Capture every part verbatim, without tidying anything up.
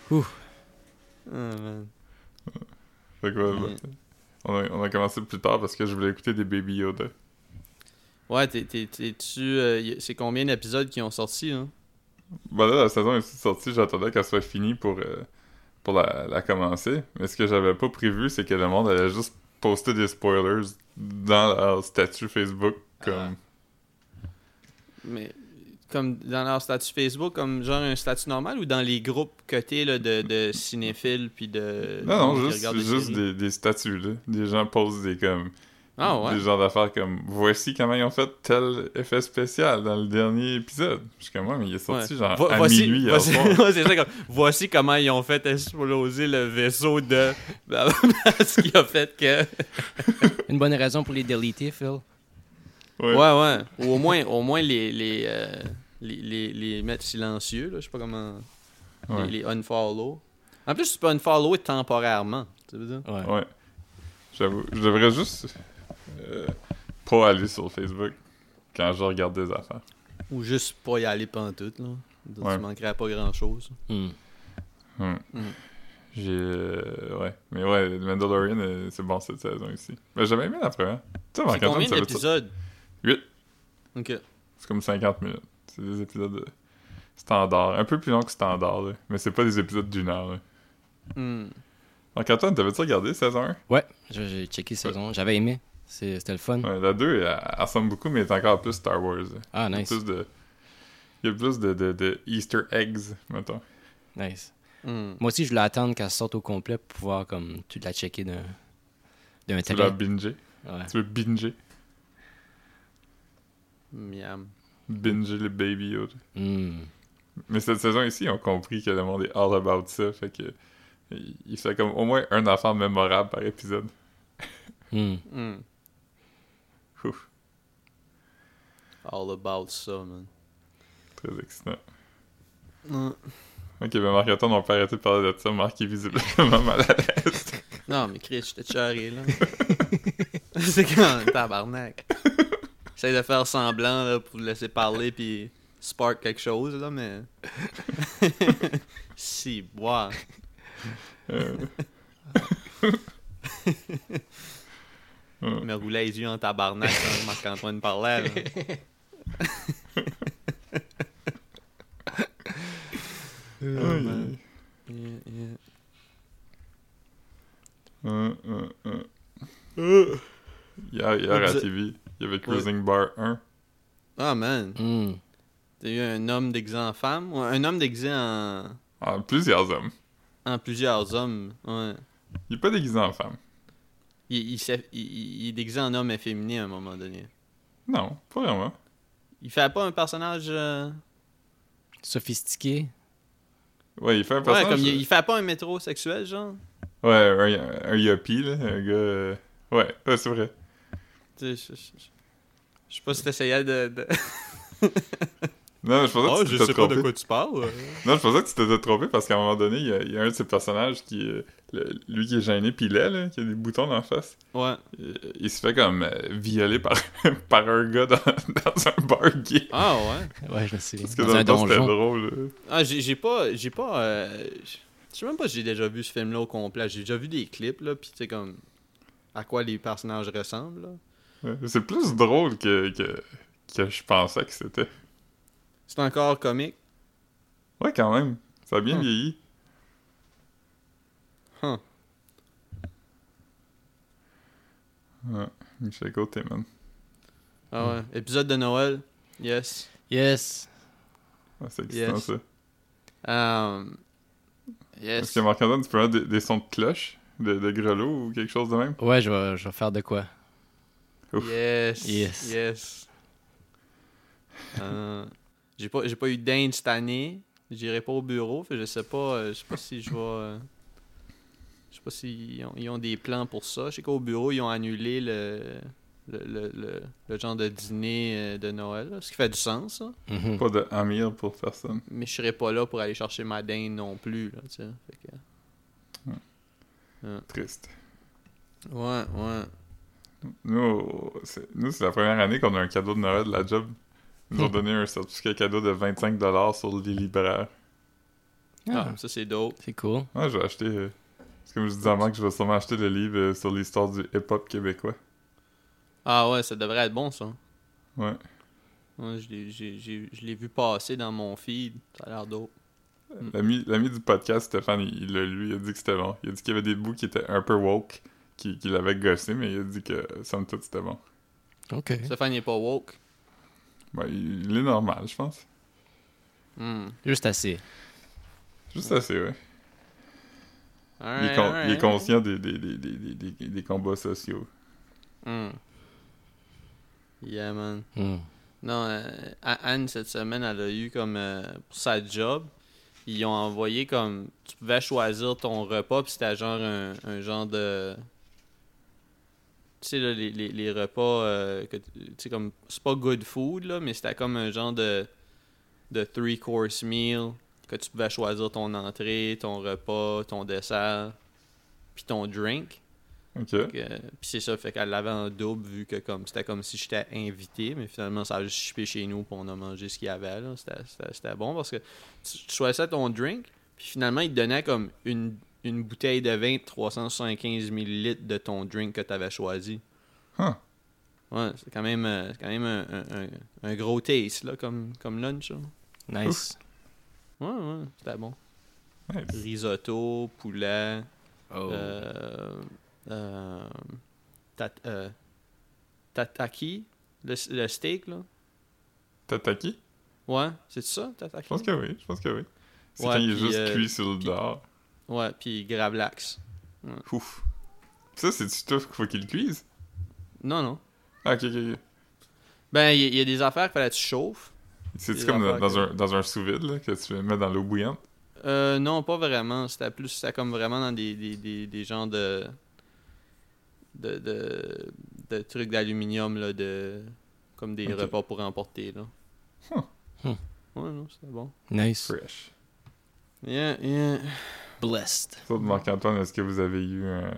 Ouh. Oh, man. Fait que, ouais, Ouais. on, a, on a commencé plus tard parce que je voulais écouter des Baby Yoda. Ouais, t'es, t'es, t'es-tu... euh, y- c'est combien d'épisodes qui ont sorti, hein? Bah là, la saison est sortie, j'attendais qu'elle soit finie pour, euh, pour la, la commencer. Mais ce que j'avais pas prévu, c'est que le monde allait juste poster des spoilers dans leur statut Facebook. Comme... Mais comme dans leur statut Facebook, comme genre un statut normal ou dans les groupes cotés là, de, de cinéphiles puis de... Non, non, qui juste, regardent des juste séries? des, des statuts, là. Des gens posent des comme... Ah ouais? Des genres d'affaires comme voici comment ils ont fait tel effet spécial dans le dernier épisode. Je suis comme moi, mais il est sorti Ouais. genre Vo- à voici, minuit hier voici, soir. ouais, c'est ça, comme, voici comment ils ont fait exploser le vaisseau de... Ce qui a fait que... Une bonne raison pour les deleter, Phil. Ouais. Ouais, ouais. Ou au moins, au moins les, les, euh, les, les, les mettre silencieux, là. Je sais pas comment... Ouais. Les, les unfollow. En plus, tu peux unfollower temporairement. Tu veux dire? Ouais. Ouais. J'avoue. Je devrais juste euh, pas aller sur Facebook quand je regarde des affaires. Ou juste pas y aller pantoute, là. Ouais. Tu manquerais à pas grand-chose. Hmm. Hmm. Mm. J'ai... euh, ouais. Mais ouais, The Mandalorian, euh, c'est bon cette saison ici. Mais j'avais aimé la première. Tu sais, C'est Marc-Antoine, combien ça veut dire- d'épisodes? Huit. Ok. C'est comme cinquante minutes. C'est des épisodes de... standard. Un peu plus long que standard, là. Mais c'est pas des épisodes d'une heure, là. Hmm. Marc-Antoine, t'avais-tu regardé saison un? Ouais, j'ai j'ai checké saison. J'avais aimé. C'est- C'était le fun. Ouais, la deux, elle, elle ressemble beaucoup, mais elle est encore plus Star Wars. là. Ah, Il y a nice. plus de... Il y a plus de, de, de Easter eggs, mettons. Nice. Hmm. Moi aussi, je voulais attendre qu'elle sorte au complet pour pouvoir comme tu la checker d'un d'un Tu veux la trait. binger? Ouais. Tu veux binger? Miam. Binger les Baby Yoda. Hmm. Mais cette saison ici, ils ont compris que le monde est all about ça, fait que... Il il fait comme au moins un affaire mémorable par épisode. Hmm. Hmm. Ouf, All about ça, man. très excitant. Hmm. Ok, ben Marc-Antoine, on peut arrêter de parler de ça. Marc est visiblement mal à l'aise. Non, mais Chris, j'étais charré, là. C'est quand tabarnak. J'essaie de faire semblant, là, pour le laisser parler, puis spark quelque chose, là, mais... si, boire. Euh. Il me roulait les yeux en tabarnak quand Marc-Antoine parlait, là. Aïe, aïe. Yeah, yeah. Hum, hum, hum. Hier, hier à Vous la T V, il y avait Cruising Bar un. Ah, man. Hmm. T'as eu un homme déguisé en femme? Ou un homme déguisé en... Ah, plusieurs hommes. en plusieurs hommes, ouais. Il est pas déguisé en femme. Il, il, s'est- il, il est déguisé en homme efféminé à un moment donné. Non, pas vraiment. Il fait pas un personnage... euh, Sophistiqué. Ouais, il fait un Ouais, personnage... comme il, il fait pas un métrosexuel, genre. Ouais, un, un yuppie, là, un gars... euh, Ouais, ouais, c'est vrai. Tu sais, je, je, je- je sais pas si t'essayais de... de... Non, mais je pensais Oh, que tu je t'étais sais pas trompé. de quoi tu parles. euh. Non, je pensais que tu t'étais trompé parce qu'à un moment donné, il y a, il y a un de ses personnages qui... euh, le- lui qui est gêné pis laid, là, qui a des boutons dans la face. Ouais. Il, il se fait comme euh, violer par, par un gars dans, dans un bar gay. Ah, ouais. Ouais, je me souviens. Parce que Dans dans un le temps, c'était donjon. drôle. là. Ah, j'ai j'ai pas... J'ai pas... euh, Je sais même pas si j'ai déjà vu ce film-là au complet. J'ai déjà vu des clips, là, pis tu sais, comme... À quoi les personnages ressemblent, là. Ouais, c'est plus drôle que, que, que je pensais que c'était. C'est encore comique. Ouais, quand même. Ça a bien Hmm. vieilli. Huh. Ouais, Michel Côté, man. Ah ouais. Épisode de Noël. Yes. Yes. Ouais, c'est excitant, Yes. ça. Um, Est-ce yes. que Marc-Antoine, tu peux avoir des, des sons de cloche, de, de grelots ou quelque chose de même? Ouais, je vais, je vais faire de quoi. Ouf. Yes. Yes. Yes. Euh, j'ai pas j'ai pas eu d'Inde cette année. J'irai pas au bureau, fait que je sais pas euh, je sais pas si je vais euh, je sais pas s'ils ont, ils ont des plans pour ça. Je sais qu'au bureau, ils ont annulé le le, le, le, le genre de dîner euh, de Noël, là, ce qui fait du sens, ça. Mhm. Pas de Amir pour personne. Mais je serai pas là pour aller chercher ma dinde non plus, là, tu sais. Fait que- Triste. Ouais, ouais. Nous, c'est, nous, c'est la première année qu'on a un cadeau de Noël de la job. Ils nous ont donné un certificat cadeau de vingt-cinq dollars sur les libraires. Ah, Ah, ça c'est dope. c'est cool. Ouais, je vais acheter. euh, C'est comme je disais avant que je vais sûrement acheter le livre euh, sur l'histoire du hip-hop québécois. Ah ouais, ça devrait être bon ça. Ouais. Ouais, je l'ai j'ai- j'ai- je l'ai vu passer dans mon feed. Ça a l'air dope. L'ami, l'ami du podcast, Stéphane, il il l'a lu, il a dit que c'était bon. Il a dit qu'il y avait des bouts qui étaient un peu woke, qui, qui l'avaient gossé, mais il a dit que, somme toute, c'était bon. OK. Stéphane n'est pas woke. Ben, il, il est normal, je pense. Hmm. Juste assez. Juste assez, ouais. Il est, Alright, con- alright. il est conscient des, des, des, des, des, des, des combats sociaux. Hmm. Yeah, man. Hmm. Non, euh, Anne, cette semaine, elle a eu comme... euh, pour sa job, ils ont envoyé comme... Tu pouvais choisir ton repas, puis c'était genre un, un genre de... Tu sais, là, les, les, les repas... euh, que tu tu sais, comme... C'est pas good food, là, mais c'était comme un genre de... De three-course meal, que tu pouvais choisir ton entrée, ton repas, ton dessert, puis ton drink. Ok. Fait que, euh, Puis c'est ça, fait qu'elle l'avait en double vu que comme c'était comme si j'étais invité, mais finalement ça a juste chipé chez nous pour on a mangé ce qu'il y avait là. C'était, c'était, c'était bon parce que tu, tu choisissais ton drink, puis finalement il te donnait comme une, une bouteille de vin de trois cent soixante-quinze millilitres de ton drink que tu avais choisi. Huh. Ouais, c'est quand même, euh, c'est quand même un, un, un, un gros taste là, comme, comme lunch. Là. Nice. Ouais, ouais, c'était bon. Nice. Risotto, poulet. Oh. Euh, euh, tat, euh, tataki, le, le steak, là. Tataki? Ouais, c'est ça, tataki? Je pense que oui, je pense que oui. C'est Ouais, quand il est puis, juste euh, cuit sur le puis- dehors. Ouais, puis gravlax. Ouf. Ça, c'est-tu tout qu'il faut qu'il le cuise? Non, non. Ah, ok, ok, ok. Ben, il y, y a des affaires qu'il fallait que tu chauffes. C'est-tu Des comme dans, affaires dans que- un, dans un sous-vide, là, que tu mets dans l'eau bouillante? Euh, non, pas vraiment. C'était plus, c'était comme vraiment dans des, des, des, des genres de... De, de, de trucs d'aluminium, là, de... Comme des Ok. repas pour emporter, là. Huh. Hmm. Ouais, non, c'était bon. Nice. Fresh. Yeah, yeah. Blessed. Ça, Marc-Antoine, est-ce que vous avez eu un...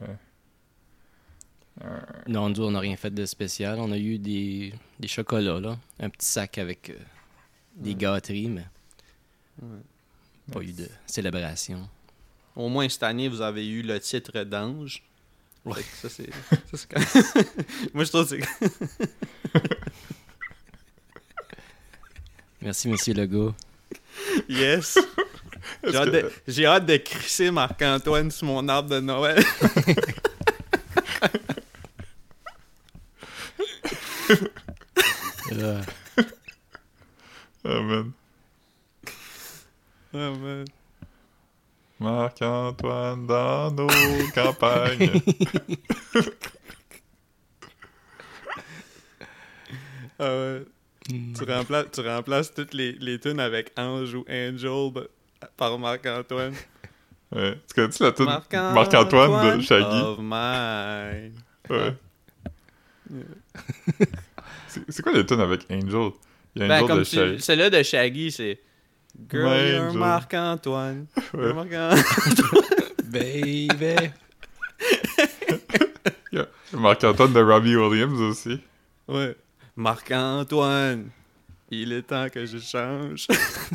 un- Non, nous, on n'a rien fait de spécial. On a eu des, des chocolats, là. Un petit sac avec euh, des Ouais. gâteries, mais Ouais. pas eu de célébration. Au moins cette année, vous avez eu le titre d'ange. Ouais. Fait que ça, c'est. ça, c'est quand- Moi, je trouve que c'est. Merci, Monsieur Legault. Yes! J'ai Est-ce hâte, que- de... J'ai hâte de crisser Marc-Antoine sur mon arbre de Noël. Euh, Ah, man. Oh, man. Marc-Antoine dans nos campagnes. Ah ouais. Tu remplaces, tu remplaces toutes les, les tunes avec Ange ou Angel ben, par Marc-Antoine. Ouais. Tu connais-tu la tune Marc-Antoine Marc-Antoine de Shaggy? of mine. Ouais. C'est c'est quoi les tunes avec Angel? Il y a Ben, Angel comme de tu, Shaggy. celle-là de Shaggy, c'est Girl, Ouais, you're Angel. Marc-Antoine. Ouais. You're Marc-Antoine. baby. Il y a Marc-Antoine de Robbie Williams aussi. Ouais. Marc-Antoine, il est temps que je change.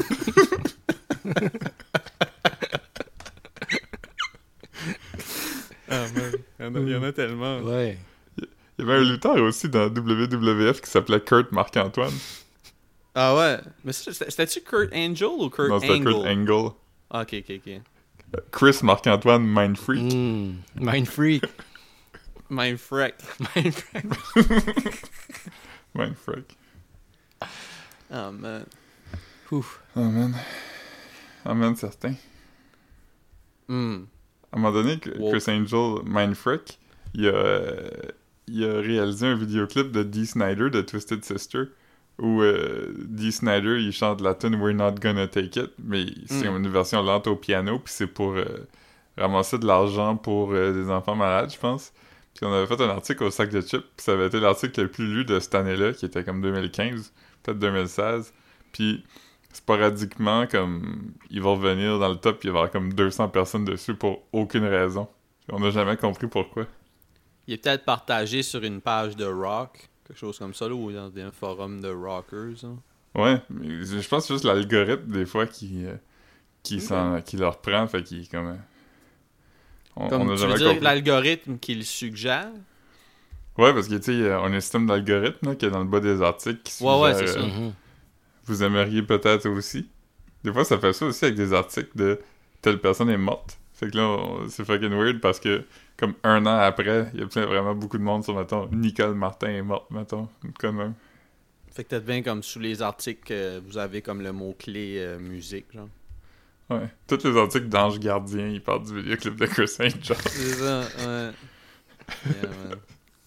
Ah, man. Il y en a, il y en a tellement. Ouais. Il y avait un lutteur aussi dans W W F qui s'appelait Kurt Marc-Antoine. Ah ouais. Mais ça, c'était- c'était-tu Kurt Angel ou Kurt Non, c'était Angle? Kurt Angle. Ah, ok, ok, ok. Chris Marc-Antoine Mindfreak. Mm, mind freak. Mindfreak. Mind freak. Mindfreak. Ah, man. Ouf. Oh man. Oh man, certain. Hmm. À un moment donné, que- Wow. Chris Angel Mindfreak, il a, euh, il a réalisé un vidéoclip de Dee Snider de Twisted Sister où euh, Dee Snider il chante la tune We're Not Gonna Take It, mais c'est Mm. une version lente au piano, puis c'est pour euh, ramasser de l'argent pour euh, des enfants malades, je pense. Puis on avait fait un article au sac de chips, puis ça avait été l'article le plus lu de cette année-là, qui était comme deux mille quinze, peut-être deux mille seize. Puis sporadiquement, comme il va revenir dans le top, puis il va y avoir comme deux cents personnes dessus pour aucune raison. Puis on n'a jamais compris pourquoi. Il est peut-être partagé sur une page de rock, quelque chose comme ça, là, ou dans un forum de rockers. Hein. Ouais, mais je pense que c'est juste l'algorithme des fois qui, euh, qui, s'en, qui le reprend, fait qu'il est comme... euh, On, Comme on a tu jamais veux dire compris. l'algorithme qui le suggère? Ouais, parce que, tu sais, on a un système d'algorithme, là, qui est dans le bas des articles, qui Ouais, ouais, suggère, c'est ça. euh, Mhm. vous aimeriez peut-être aussi. Des fois, ça fait ça aussi avec des articles de telle personne est morte. Fait que là, on- c'est fucking weird parce que, comme un an après, il y a plein, vraiment beaucoup de monde sur, mettons, Nicole Martin est morte, mettons, comme même. Fait que t'as bien comme sous les articles, euh, vous avez comme le mot-clé euh, musique, genre. Ouais. Tous les articles d'Ange Gardien, ils parlent du vidéoclip de Chris Saint John. C'est ça, ouais. Yeah, man.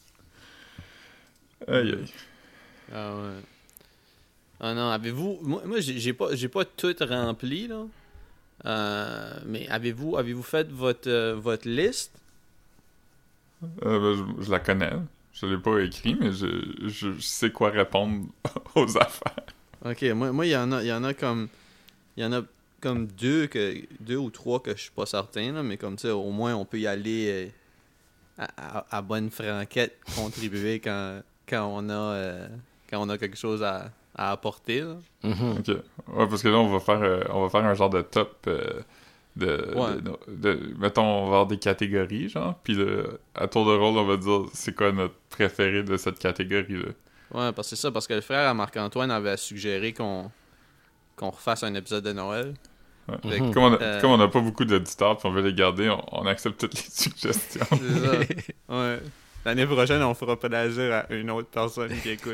Aïe, aïe. Ah ouais. Ah non, avez-vous... Moi, moi j'ai j'ai pas, j'ai pas tout rempli, là. Euh, mais avez-vous avez-vous fait votre, euh, votre liste? Euh, ben, je, je la connais. Je l'ai pas écrit, mais je, je, je sais quoi répondre aux affaires. Ok, moi, moi, il y en a, il y en a comme... Il y en a comme deux, que, deux ou trois que je suis pas certain, là, mais comme ça, au moins, on peut y aller euh, à, à- à bonne franquette, contribuer quand, quand, on a, euh, quand on a quelque chose à, à apporter, là. Mhm. Ok. Ouais, parce que là, on va faire, euh, on va faire un genre de top euh, de, Ouais. de, de- de- Mettons, on va avoir des catégories, genre. Puis le- à tour de rôle, on va dire c'est quoi notre préféré de cette catégorie-là. Ouais, parce que c'est ça, parce que le frère à Marc-Antoine avait suggéré qu'on qu'on refasse un épisode de Noël. Ouais. Fait que, Mhm. Comme on a- euh, comme on n'a pas beaucoup d'auditeurs, puis on veut les garder, on, on accepte toutes les suggestions. C'est ça. Ouais. L'année prochaine, on fera plaisir à une autre personne qui écoute.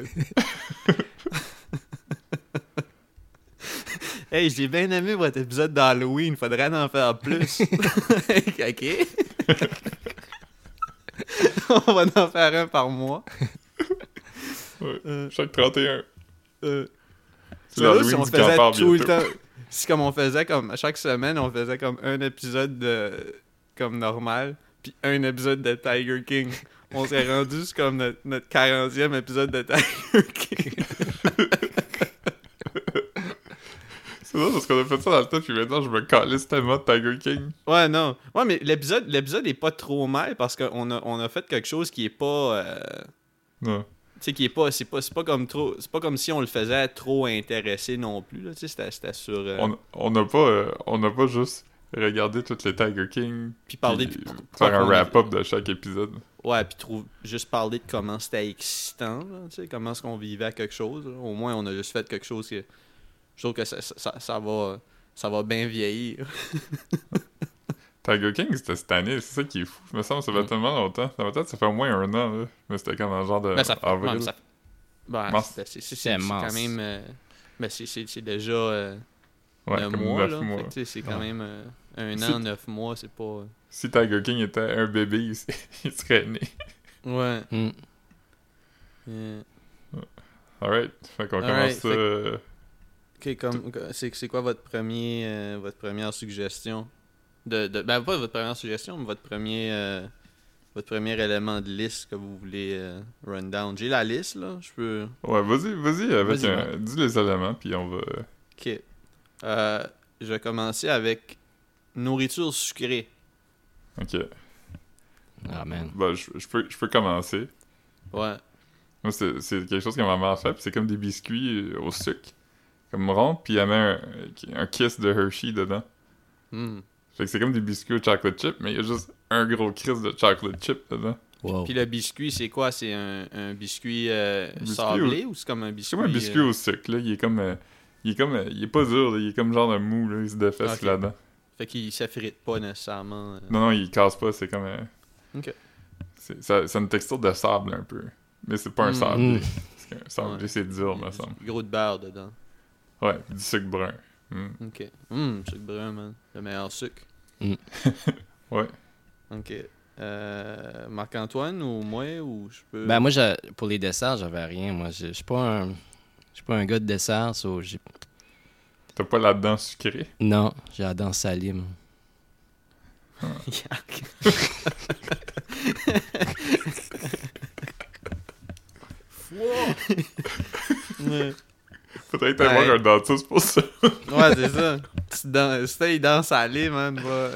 Hey, j'ai bien aimé votre épisode d'Halloween. Faudrait en faire plus. Ok. On va en faire un par mois. Ouais. Euh, Chaque trente et un. euh, C'est ça, là, l'Halloween si on du faisait campeur tout le bientôt. temps. Si comme on faisait comme chaque semaine, on faisait comme un épisode de comme normal, puis un épisode de Tiger King. On s'est rendu sur comme notre, notre quarantième épisode de Tiger King. C'est ça, parce qu'on a fait ça dans le temps, puis maintenant, je me calisse tellement de Tiger King. Ouais, non. Ouais, mais l'épisode l'épisode est pas trop mal parce qu'on a, on a fait quelque chose qui est pas. euh, Non. tu sais, qui est pas. C'est pas, c'est pas comme trop. C'est pas comme si on le faisait trop intéressé non plus, là. Tu sais, c'était, c'était sur. euh, On on n'a pas, euh, on n'a pas juste regardé toutes les Tiger King, Puis parler puis de- faire un qu'on- wrap-up de chaque épisode. Ouais, puis trouve, juste parler de comment c'était excitant, là, tu sais, comment est-ce qu'on vivait à quelque chose. Là. Au moins, on a juste fait quelque chose que. Je trouve que ça, ça, ça, ça va. Ça va bien vieillir. Tiger King, c'était cette année, c'est ça qui est fou. Je me semble que ça fait Mm. tellement longtemps. Dans ma tête, ça fait au moins un an, là. Mais c'était comme un genre de Ben, ça fait. avril. ouais, mais ça fait- ben, Mars. c'est, c'est, c'est, C'est c'est- c'est mars. quand même. euh, ben, c'est, c'est, c'est déjà. euh, Ouais, un comme mois, neuf là. mois. Fait que, tu sais, c'est quand Ouais. même euh, un C'est- an, neuf mois, c'est pas. euh, Si Tiger King était un bébé, il, s- il serait né. Ouais. Mhm. Yeah. Alright. Fait qu'on Alright, commence ça. fait que- euh, Ok, comme, c'est, c'est quoi votre premier euh, votre première suggestion de, de ben pas votre première suggestion, mais votre premier euh, votre premier élément de liste que vous voulez euh, run down. J'ai la liste là, je peux. Ouais, vas-y, vas-y avec Vas-y, un... Dis les éléments, puis on va... Ok. Euh, je vais commencer avec nourriture sucrée. Ok. Ah, man. Bah, je, je peux, je peux commencer. Ouais. Moi, c'est c'est quelque chose que ma mère fait, puis c'est comme des biscuits euh, au sucre. Comme rond, puis elle met un, un kiss de Hershey dedans. Hmm. Fait que c'est comme des biscuits au chocolate chip, mais il y a juste un gros kiss de chocolate chip dedans. Wow. Puis le biscuit, c'est quoi? C'est un, un biscuit, euh, Biscuit sablé ou c'est comme un C'est biscuit? comme un biscuit euh, au sucre, là. Il est comme... euh, il est comme... euh, il est pas dur, là. Il est comme genre de mou, là. Il se défaisse Ok. là-dedans. Fait qu'il s'effrite pas nécessairement. euh. Non, non, il casse pas, c'est comme... euh, Ok. c'est, ça, c'est une texture de sable, un peu. Mais c'est pas un Mm. sablé. Mm. Parce qu'un sablé, Ouais. c'est dur, Il y a me du semble. Gros de beurre dedans. Ouais, du sucre brun. Mm. Ok. Hum, sucre brun, man. Le meilleur sucre. Ouais. Ok. Euh, Marc-Antoine ou moi ou je peux. Ben, moi, j'ai- pour les desserts, j'avais rien. Moi, je je suis pas un. Je suis pas un gars de dessert, so j'ai... T'as pas la dent sucrée? Non, j'ai la dent salée, moi. Yak. ouais, Peut-être aller Ouais. voir un dentiste pour ça. Ouais, c'est ça. Tu dan- Si t'as les dents salées, man, va.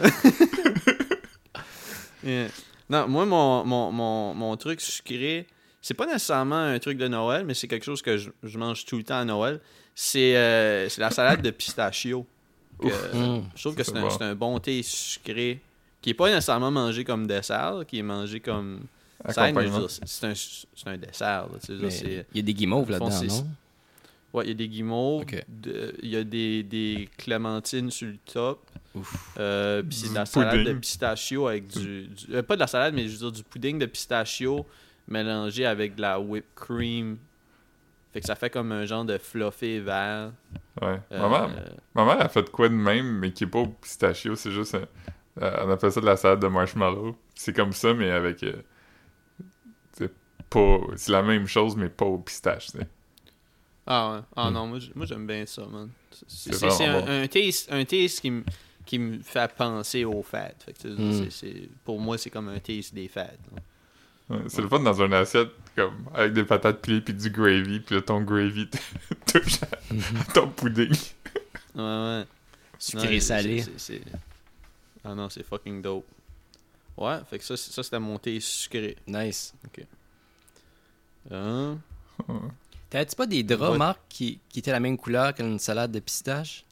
Yeah. Non, moi, mon, mon, mon, mon truc sucré, c'est pas nécessairement un truc de Noël, mais c'est quelque chose que je, je mange tout le temps à Noël. C'est euh, c'est la salade de pistachio. que, Ouf. Mm. je trouve que Ça, c'est c'est un, bon. c'est un bon thé sucré qui est pas nécessairement mangé comme dessert, qui est mangé comme side, mais je veux Accompagnement. dire, c'est c'est un, c'est un dessert. Là, tu sais, je veux Mais dire, c'est- il y a des guimauves dans le fond, là-dedans, c'est- non? Ouais, il y a des guimauves, Ok. de- il y a des, des clémentines sur le top, Ouf. euh, puis c'est de Du la salade pudding. de pistachio avec du... du- euh, pas de la salade, mais je veux dire du pudding de pistachio mélangé avec de la whipped cream. Fait que ça fait comme un genre de fluffé vert. Ouais. Euh, Ma mère, ma mère a fait quoi de même, mais qui est pas au pistachio, c'est juste... un- euh, on appelle ça de la salade de marshmallow. C'est comme ça, mais avec... euh, c'est pas... C'est la même chose, mais pas au pistache, tu sais. Ah ouais. Ah Mm. non, moi, j- moi j'aime bien ça, man. C'est- C'est C'est c'est vraiment un, bon. un taste, un taste qui me qui me fait penser aux fêtes. Fait que, tu sais, Mm. c'est- c'est- pour moi, c'est comme un taste des fêtes. là. Ouais, c'est le fun dans une assiette, comme, avec des patates pilées puis du gravy, puis là, ton gravy t- touche à ton pudding. Ouais, ouais. Sucré Non, salé. c'est- c'est- c'est- Ah non, c'est fucking dope. Ouais, fait que ça, c'est- ça c'était mon thé sucré. Nice. Hein? T'avais-tu pas des draps, Ouais. Marc, qui, qui étaient la même couleur qu'une salade de pistache?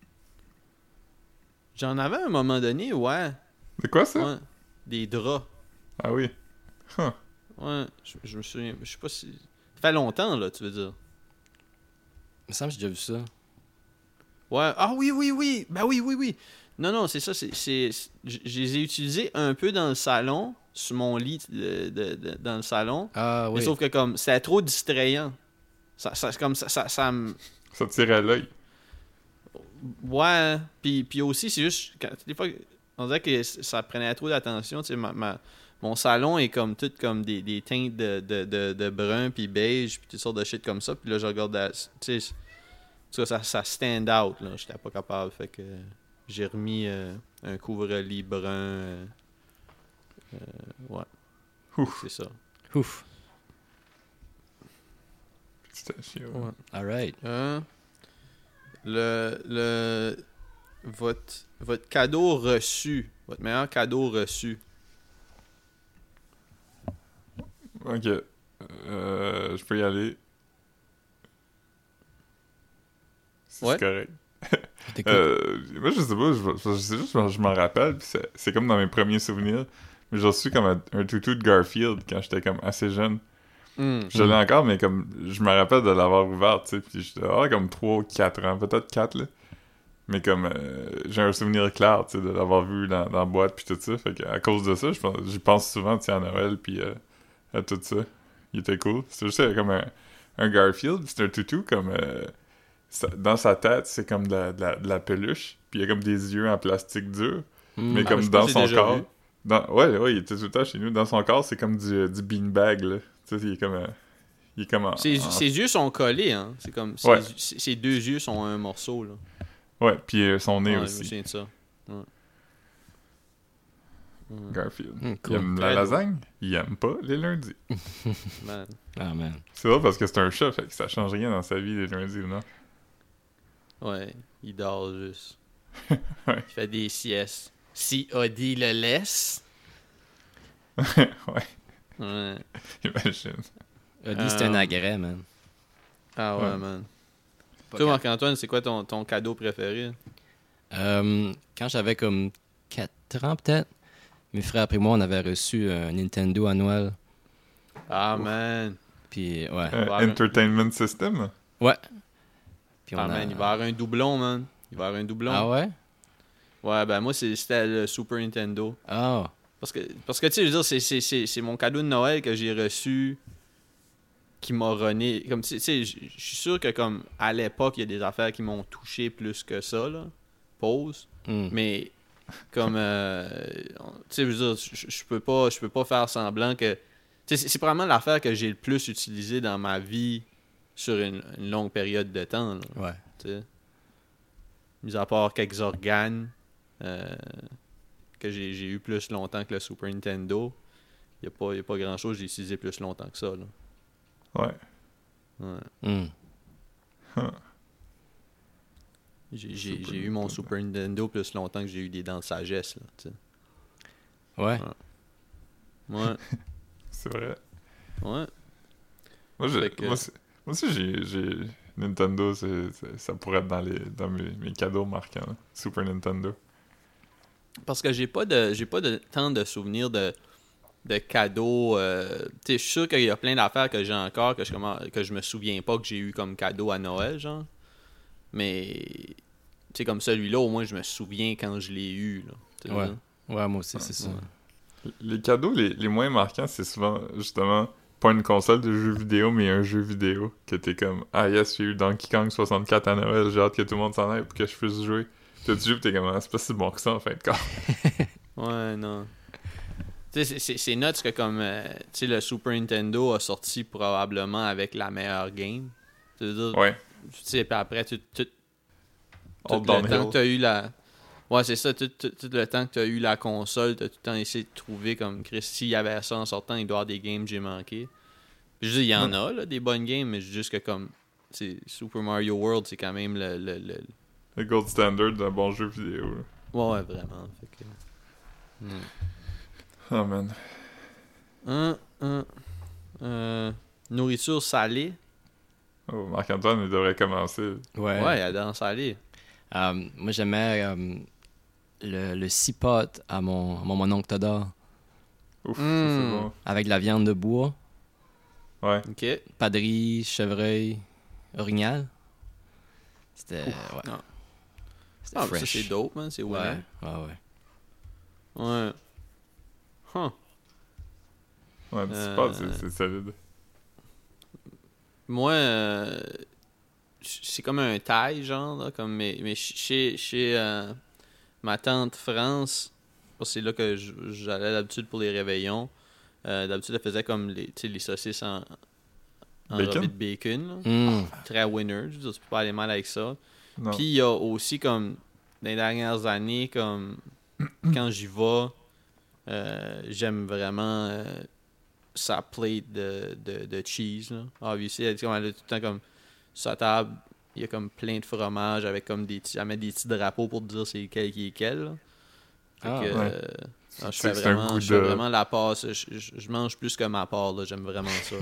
J'en avais à un moment donné, ouais. C'est quoi ça? ouais. Des draps. Ah oui. Huh. Ouais, je, je me souviens. Je sais pas si. Ça fait longtemps, là, tu veux dire. Il me semble que j'ai déjà vu ça. Ouais. Ah oui, oui, oui. Ben oui, oui, oui. Non, non, c'est ça. C'est, c'est, c'est- je je les ai utilisés un peu dans le salon, sur mon lit de, de- de- dans le salon. Ah Mais oui. sauf que comme c'était trop distrayant. Ça, ça, comme ça, ça, ça me. Ça tire à l'œil. Ouais. Puis, puis aussi, c'est juste. Quand, des fois, on dirait que ça prenait trop d'attention. Tu sais, ma, ma- mon salon est comme tout comme des, des teintes de, de, de, de brun, puis beige, puis toutes sortes de shit comme ça. Puis là, je regarde. la- Tu sais, en tout cas, ça, ça stand out. Là. J'étais pas capable. Fait que j'ai remis euh, un couvre-lit brun. euh, euh, ouais. Ouf. C'est ça. Ouf. Pistachio. Ouais. Alright. Hein? Le, le, votre, votre cadeau reçu, votre meilleur cadeau reçu. Ok. Euh, je peux y aller. Si Ouais. C'est correct. T'écoutes. Euh, moi, je sais pas, je, je sais juste, je, je m'en rappelle, puis c'est, c'est comme dans mes premiers souvenirs. Mais j'ai reçu comme un, un toutou de Garfield quand j'étais comme assez jeune. Hmm. Je l'ai encore, mais comme je me rappelle de l'avoir ouvert, tu sais, puis j'étais ah, comme trois ou quatre ans, peut-être quatre là. Mais comme euh, j'ai un souvenir clair, tu sais, de l'avoir vu dans, dans la boîte puis tout ça. Fait que à cause de ça, je pense, j'y pense souvent, tu sais, à Noël puis euh, à tout ça. Il était cool. C'est juste euh, comme un, un Garfield, c'est un toutou comme euh, ça- dans sa tête, c'est comme de la, de la, de la peluche, puis il y a comme des yeux en plastique dur, Mm. mais Ah, comme je pense dans que j'ai son déjà corps. vu. Dans, ouais, ouais, il était tout le temps chez nous. Dans son corps, c'est comme du, euh, du beanbag, là. Tu sais, il est comme. euh, il est comme en- Ses, en- ses yeux sont collés, hein. C'est comme. Ses, Ouais. ses- ses deux yeux sont un morceau, là. Ouais, puis euh, son nez Ouais, je me aussi. souviens de ça. Ouais. Ouais. Garfield. Mm, Il cool. aime Très la drôle. lasagne, il aime pas les lundis. Man. Ah, man. C'est vrai parce que c'est un chat, fait que ça change rien dans sa vie les lundis, non? Ouais, il dort juste. Ouais. Il fait des siestes. Si Audi le laisse. Ouais, Ouais. imagine. Audi, c'est un Euh, agrès, man. Ah ouais, Ouais. man. Pas Toi, grave. Marc-Antoine, c'est quoi ton, ton cadeau préféré? Euh, quand j'avais comme quatre ans, peut-être, mes frères et moi, on avait reçu un Nintendo à Noël. Ah, Ouf. man. Puis, ouais. Euh, Ouais. Entertainment System? Ouais. Puis Ah, on a- man, il va y avoir un doublon, man. Il va y avoir un doublon. Ah ouais? Ouais, ben moi, c'est- c'était le Super Nintendo. Ah. Parce que, parce que tu sais, je veux dire, c'est- c'est- c'est c'est mon cadeau de Noël que j'ai reçu qui m'a runné. Comme, tu sais, je je suis sûr que, comme, à l'époque, il y a des affaires qui m'ont touché plus que ça, là. Pause. Hmm. Mais, comme, euh, on- tu sais, je veux dire, je je peux pas, je peux pas faire semblant que. Tu sais, c'est c'est probablement l'affaire que j'ai le plus utilisée dans ma vie sur une, une longue période de temps, là. Ouais. Tu sais. Mis à part quelques organes euh, que j'ai j'ai eu plus longtemps que le Super Nintendo, il n'y a pas, y a pas grand chose que j'ai utilisé plus longtemps que ça. Là. Ouais. Ouais. Hmm. J'ai j'ai- Super j'ai eu mon Nintendo. Super Nintendo plus longtemps que j'ai eu des dents de sagesse. Là, tu sais. Ouais. Ouais, C'est vrai. ouais. Moi, j'ai- Fait que- moi, c'est- moi aussi, j'ai, j'ai Nintendo, c'est, c'est- ça pourrait être dans, les, dans mes, mes cadeaux marquants. là. Super Nintendo. Parce que j'ai pas de j'ai pas de tant de souvenirs de, de cadeaux. Euh, tu sais, je suis sûr qu'il y a plein d'affaires que j'ai encore que je, comment, que je me souviens pas que j'ai eu comme cadeau à Noël, genre. Mais, tu sais, comme celui-là, au moins, je me souviens quand je l'ai eu, là. Tu sais, Ouais. là. Ouais, moi aussi, Ouais. c'est ça. Ouais. Les cadeaux les, les moins marquants, c'est souvent, justement, pas une console de jeux vidéo, mais un jeu vidéo. Que t'es comme, ah yes, j'ai eu Donkey Kong soixante-quatre à Noël, j'ai hâte que tout le monde s'en aille pour que je puisse jouer. Puis tu joues, pis t'es comme, ah, c'est pas si bon que ça, en fin de compte. Ouais, non. Tu sais, c'est- c'est c'est nuts que comme, euh, tu sais, le Super Nintendo a sorti probablement avec la meilleure game. Tu veux dire, Ouais. tu sais, puis après, tu, tu, tout All le temps downhill. que tu as eu la... Ouais, c'est ça, tout, tout, tout le temps que tu as eu la console, tu as tout le temps essayé de trouver comme, Chris, s'il y avait ça en sortant, il doit y avoir des games que j'ai manqué. Je dis, il y en a, là, des bonnes games, mais c'est juste que comme, c'est Super Mario World, c'est quand même le... le, le... Le gold standard d'un bon jeu vidéo. là. Ouais, ouais, vraiment. Fait que... Hmm. Oh man. Un, un, euh, nourriture salée. Oh, Marc-Antoine, il devrait commencer. Ouais. Ouais, il y a dans salée. Euh, moi, j'aimais euh, le, le cipote à mon, à mon mononcle Todor Ouf, ça, Mm. c'est bon. avec de la viande de bois, Ouais. Ok. padrie, chevreuil, orignal. C'était. Ouais. Non. C'était Ah, mais ça, fresh. c'est dope, man. C'est Ouais. ouais. Ouais, ouais. Ouais. Huh. Ouais, du Euh, spot, c'est, c'est solide. Moi, euh, c'est comme un taille, genre, là, comme, mais, mais chez, chez euh, ma tante France, parce que c'est là que je- j'allais d'habitude pour les réveillons. Euh, d'habitude, elle faisait comme les, tu sais, les saucisses en, en Bacon? enrobées de bacon. Là. Mm. Très winner, je veux dire, tu peux pas aller mal avec ça. Non. Puis il y a aussi comme dans les dernières années, comme quand j'y vais, euh, j'aime vraiment euh, sa plate de, de, de cheese. Là. Obviously, elle, comme, elle a tout le temps comme sa table, il y a comme plein de fromage avec comme des petits. Elle met des petits drapeaux pour te dire c'est lequel qui est quel. Là. Fait Ah, que, ouais. euh, non, je sais fais que c'est un vraiment, goût je fais de- vraiment la passe. Je, je, je mange plus que ma part. Là. J'aime vraiment ça.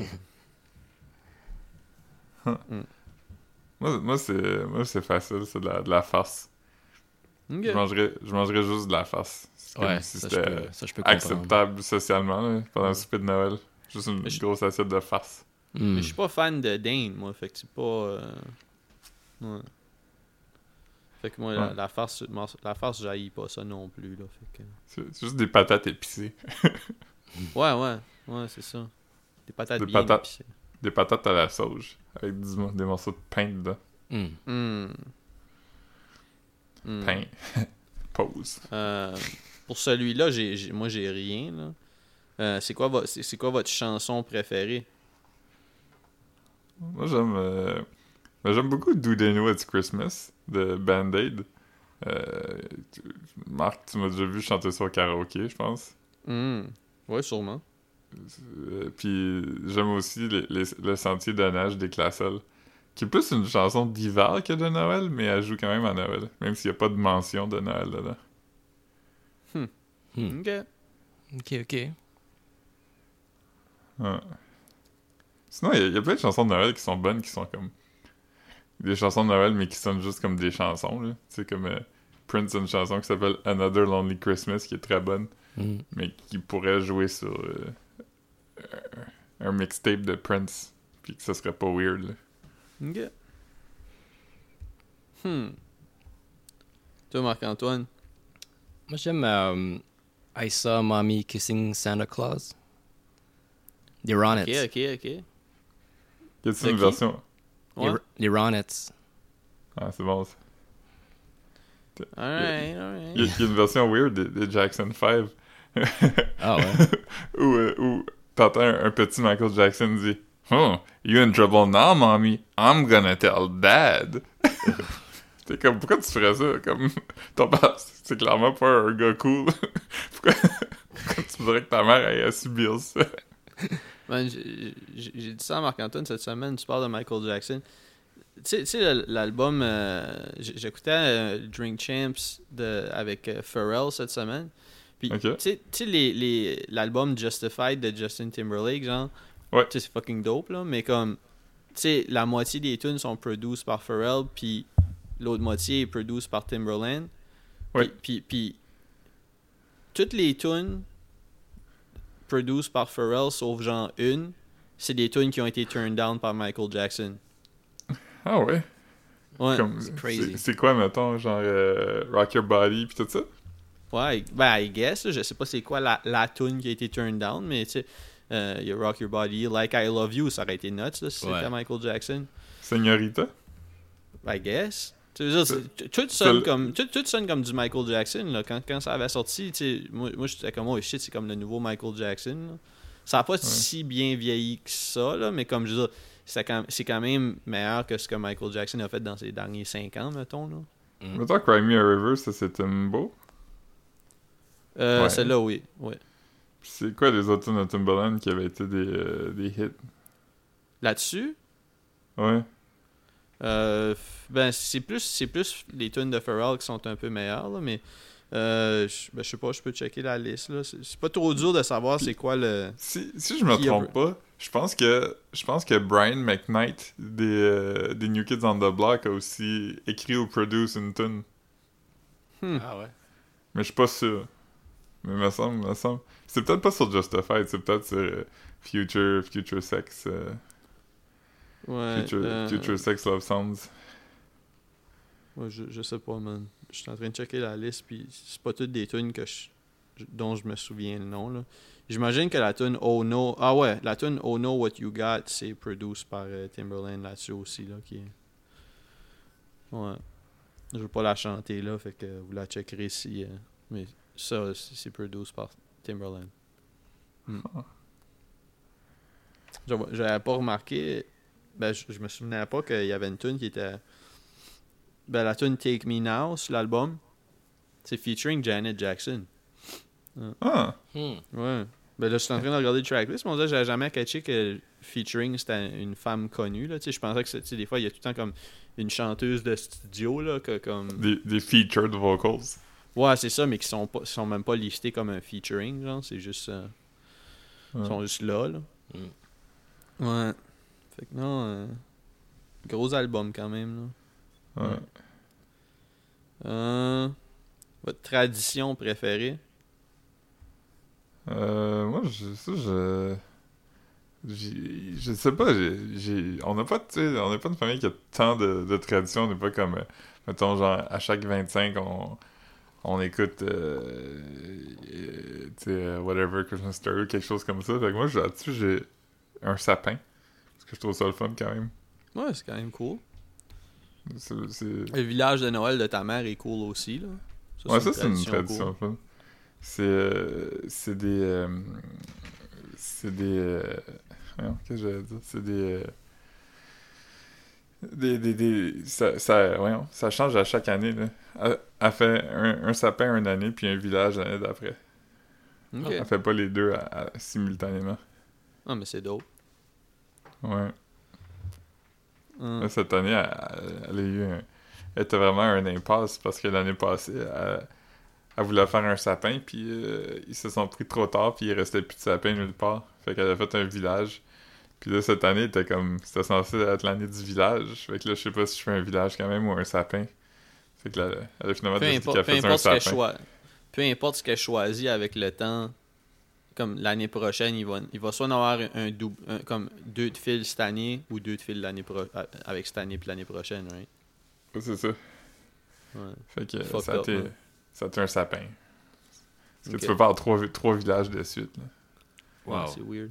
Moi, moi, c'est, moi, c'est facile, c'est de la, de la farce. Ok. Je, mangerais, je mangerais juste de la farce. C'est comme Ouais, si ça, je c'était peux, ça, je peux comprendre. acceptable socialement là, pendant le souper de Noël. Juste une Mais je- grosse assiette de farce. Mm. Mais je suis pas fan de dinde, moi. Fait que c'est pas. euh, Ouais. Fait que moi, la, Ouais. la farce, la farce, j'haïs pas ça non plus. Là. Fait que... C'est, c'est juste des patates épicées. Ouais, ouais. Ouais, c'est ça. Des patates Des bien patates. épicées. Des patates à la sauge. Avec du- des morceaux de pain dedans. Mm. Hmm. Hmm. Pain. Pause. Euh, pour celui-là, j'ai, j'ai- moi, j'ai rien. Là. Euh, c'est, quoi vo- c'est, c'est quoi votre chanson préférée? Moi, j'aime... euh, ben, j'aime beaucoup Do They Know It's Christmas de Band-Aid. Euh, tu- Marc, tu m'as déjà vu chanter ça au karaoké, je pense. Hmm. Ouais, sûrement. Euh, puis j'aime aussi les- les- le sentier de neige des Classels, qui est plus une chanson d'hiver que de Noël, mais elle joue quand même à Noël, même s'il n'y a pas de mention de Noël dedans. Mm. Ok. Ok, ok. Ouais. Sinon, il y, a- il y a plein de chansons de Noël qui sont bonnes, qui sont comme des chansons de Noël, mais qui sonnent juste comme des chansons. Là. Tu sais, comme euh, Prince a une chanson qui s'appelle Another Lonely Christmas, qui est très bonne, Mm. mais qui pourrait jouer sur euh, un mixtape de Prince, puis que ça serait pas weird. Là. Ok. Hmm. Toi, Marc-Antoine? Moi, j'aime euh, I Saw Mommy Kissing Santa Claus. Les Ronettes. Ok, ok, ok. Y a-t-il De une qui? version? Les, Ouais. les Ronettes. Ah, c'est bon ça. Alright, Il y, a, alright. il y a une version weird de, de Jackson five Ah ouais. où, euh, où t'entends un, un petit Michael Jackson dire Oh, you in trouble now, mommy? I'm gonna tell dad. T'es comme, pourquoi tu ferais ça? Comme, ton père, c'est clairement pas un gars cool. pourquoi, pourquoi tu voudrais que ta mère aille à subir ça? Man, j'ai j'ai- j'ai dit ça à Marc-Antoine cette semaine, tu parles de Michael Jackson. Tu sais- tu sais, l- l'album, euh, j- j'écoutais euh, Drink Champs de, avec euh, Pharrell cette semaine. Puis, Ok. tu sais- tu sais, les- les- l'album Justified de Justin Timberlake, genre, Ouais. tu sais, c'est fucking dope, là, mais comme, tu sais, la moitié des tunes sont produced par Pharrell, puis l'autre moitié est produced par Timbaland. Oui. Puis, puis, puis toutes les tunes produced par Pharrell, sauf genre une, c'est des tunes qui ont été turned down par Michael Jackson. Ah ouais? Ouais. Comme, c'est crazy. c'est, c'est quoi, mettons, genre euh, Rock Your Body pis tout ça? Ouais, ben, I guess, là, je sais pas c'est quoi la, la tune qui a été turned down, mais tu sais, il euh, y a Rock Your Body, Like I Love You, ça aurait été nuts, là, si Ouais. c'était Michael Jackson. Señorita? I guess. Tu veux dire, c'est- tout c'est sonne le- comme tout, tout sonne comme du Michael Jackson là. Quand, quand ça avait sorti, tu sais, moi, moi j'étais comme oh shit, c'est comme le nouveau Michael Jackson là. Ça a pas si bien vieilli que ça là, mais comme je veux dire, c'est quand, c'est quand même meilleur que ce que Michael Jackson a fait dans ses derniers cinq ans, mettons là. Mm. Mettons Cry Me a River, ça c'est Timbo. Euh, Ouais. Celle-là, oui, ouais. Pis c'est quoi les autres tunes de Timbaland qui avaient été des, euh, des hits? Là-dessus, Ouais. euh, ben c'est plus c'est plus les tunes de Pharrell qui sont un peu meilleures là, mais euh, je ben, je sais pas, je peux checker la liste là. C'est, c'est pas trop dur de savoir c'est quoi le. Si, si je me Qui a- trompe pas, je pense que je pense que Brian McKnight des, euh, des New Kids on the Block a aussi écrit ou produit une tune. Hmm. Ah ouais. Mais je suis pas sûr. Mais me semble, me semble. C'est peut-être pas sur Justified, c'est peut-être sur euh, Future, Future Sex, euh, Ouais. Future, euh, Future Sex Love Sounds. Ouais, je, je sais pas, man. Je suis en train de checker la liste, puis c'est pas toutes des tunes que je, je- dont je me souviens le nom, là. J'imagine que la tune Oh No... Ah ouais, la tune Oh No What You Got, c'est produced par euh, Timbaland là-dessus aussi, là, qui est... Ouais. Je veux pas la chanter, là, fait que vous la checkerez si... euh, Mais ça, c'est c'est produced par Timbaland. Hmm. Ah. J'avais j'avais pas remarqué... Ben, je, je me souvenais pas qu'il y avait une tune qui était... Ben, la tune Take Me Now sur l'album, c'est featuring Janet Jackson. Ah! Hmm. Ouais. Ben là, je suis en train de regarder le tracklist, mais on dirait que j'avais jamais catché que featuring c'était une femme connue. Là. Tu sais, je pensais que c'est- tu sais, des fois, il y a tout le temps comme une chanteuse de studio. Là, que, comme... Des, des featured vocals. Ouais, c'est ça, mais qui sont, pas, sont même pas listés comme un featuring. Genre, c'est juste. euh, Ils Ouais. sont juste là. là. Mm. Ouais. Fait que non. euh, Gros album quand même. Là. Ouais. Euh, Votre tradition préférée? Euh, moi, je, ça, je, j'ai- je sais pas, j'ai, j'ai- on n'a pas, tu sais, on n'est pas une famille qui a tant de, de traditions, on n'est pas comme, euh, mettons, genre, à chaque vingt-cinq, on, on écoute, euh, euh, tu sais, euh, whatever, Christmas Story, quelque chose comme ça. Fait que moi, je- là-dessus, j'ai un sapin, parce que je trouve ça le fun quand même. Ouais, c'est quand même cool. C'est, c'est... Le village de Noël de ta mère est cool aussi. Là. Ouais, ça, c'est une tradition cool. fun. C'est, euh, c'est des, euh, c'est des, euh, voyons, qu'est-ce que j'allais dire? C'est des, euh, des, des, des, ça, ça, voyons, ça change à chaque année, là. Elle, elle fait un, un sapin une année, puis un village l'année d'après. Ok. Elle fait pas les deux à- à- simultanément. Ah, mais c'est dope. Ouais. Hum. Là, cette année, elle, elle a eu un, elle était vraiment à un impasse, parce que l'année passée, elle, elle voulait faire un sapin, puis euh, ils se sont pris trop tard, puis il restait plus de sapin nulle part. Fait qu'elle a fait un village. Puis là, cette année, était comme, c'était censé être l'année du village. Fait que là, je sais pas si je fais un village quand même ou un sapin. Fait que là, elle a finalement Peu décidé importe, qu'elle peu faisait un importe ce qu'elle sapin. choi- peu importe ce qu'elle choisit avec le temps, comme l'année prochaine, il va, il va soit en avoir un, un double, un- comme deux de fil cette année ou deux de fil l'année pro- avec cette année puis l'année prochaine, right? Ouais, c'est ça. Ouais. Fait que Fucked ça a up, été, man. ça a été un sapin. Parce que Ok. tu peux faire trois, vi- trois villages de suite, là. Wow. Ouais, c'est weird.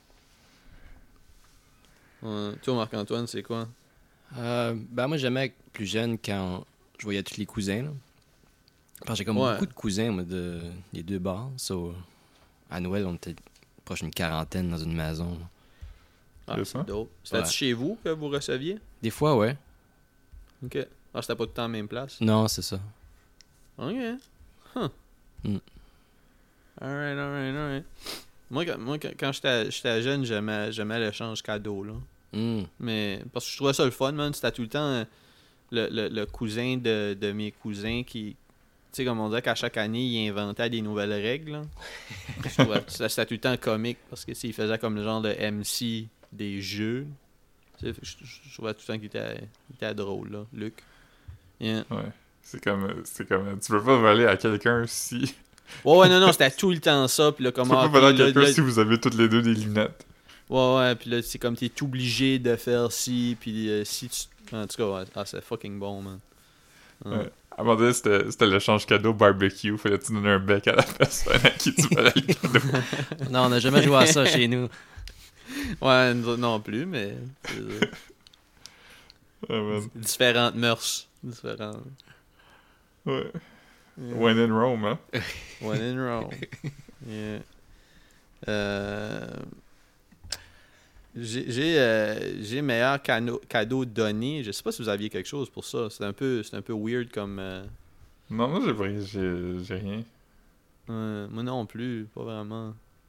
Ouais. Toi, Marc-Antoine, c'est quoi? Euh, ben moi, j'aimais être plus jeune quand je voyais tous les cousins. Là. Parce que j'ai comme Ouais. beaucoup de cousins, moi, de, des deux bars. So, à Noël, on était proche d'une quarantaine dans une maison. là. Ah, C'est c'est ça? dope. C'était Ouais. chez vous que vous receviez? Des fois, ouais. Ok. Ah, c'était pas tout le temps à la même place? Non, c'est ça. Ok. Huh. Mm. Alright, alright, alright. Moi, quand, moi, quand, quand j'étais j'étais jeune, j'aimais j'aimais l'échange cadeau, là. Hmm. Mais, parce que je trouvais ça le fun, man. C'était tout le temps euh, le, le, le cousin de, de mes cousins qui... Tu sais, comme on disait qu'à chaque année, il inventait des nouvelles règles, là. Je trouvais que c'était c'était tout le temps comique, parce que tu sais, il faisait comme le genre de M C des jeux. Je, je, je trouvais tout le temps qu'il était, il était drôle, là, Luc. Yeah. Ouais. C'est comme, c'est comme, tu peux pas voler à quelqu'un si... Ouais, ouais, non, non, c'était tout le temps ça, puis là, Tu comment... peux pas voler à là, quelqu'un là, si vous avez toutes les deux des lunettes. Ouais, ouais, puis là, c'est comme t'es obligé de faire ci, puis euh, si tu... En tout cas, ouais, ah, c'est fucking bon, man. Ouais. Ouais. À un moment donné, c'était, c'était l'échange cadeau barbecue. Fallait que tu donnes un bec à la personne à qui tu volais le cadeau. Non, on n'a jamais joué à ça chez nous. Ouais, nous- non plus, mais... c'est, euh, Ouais, man. différentes mœurs. Différentes... Ouais. Yeah. When in Rome, hein. When in Rome. Yeah. Euh... J'ai j'ai, euh, j'ai meilleur cano- cadeau donné. Je sais pas si vous aviez quelque chose pour ça. C'est un peu, c'est un peu weird comme. euh, Non, moi, j'ai, pas- j'ai, j'ai rien. euh, moi non plus, pas vraiment.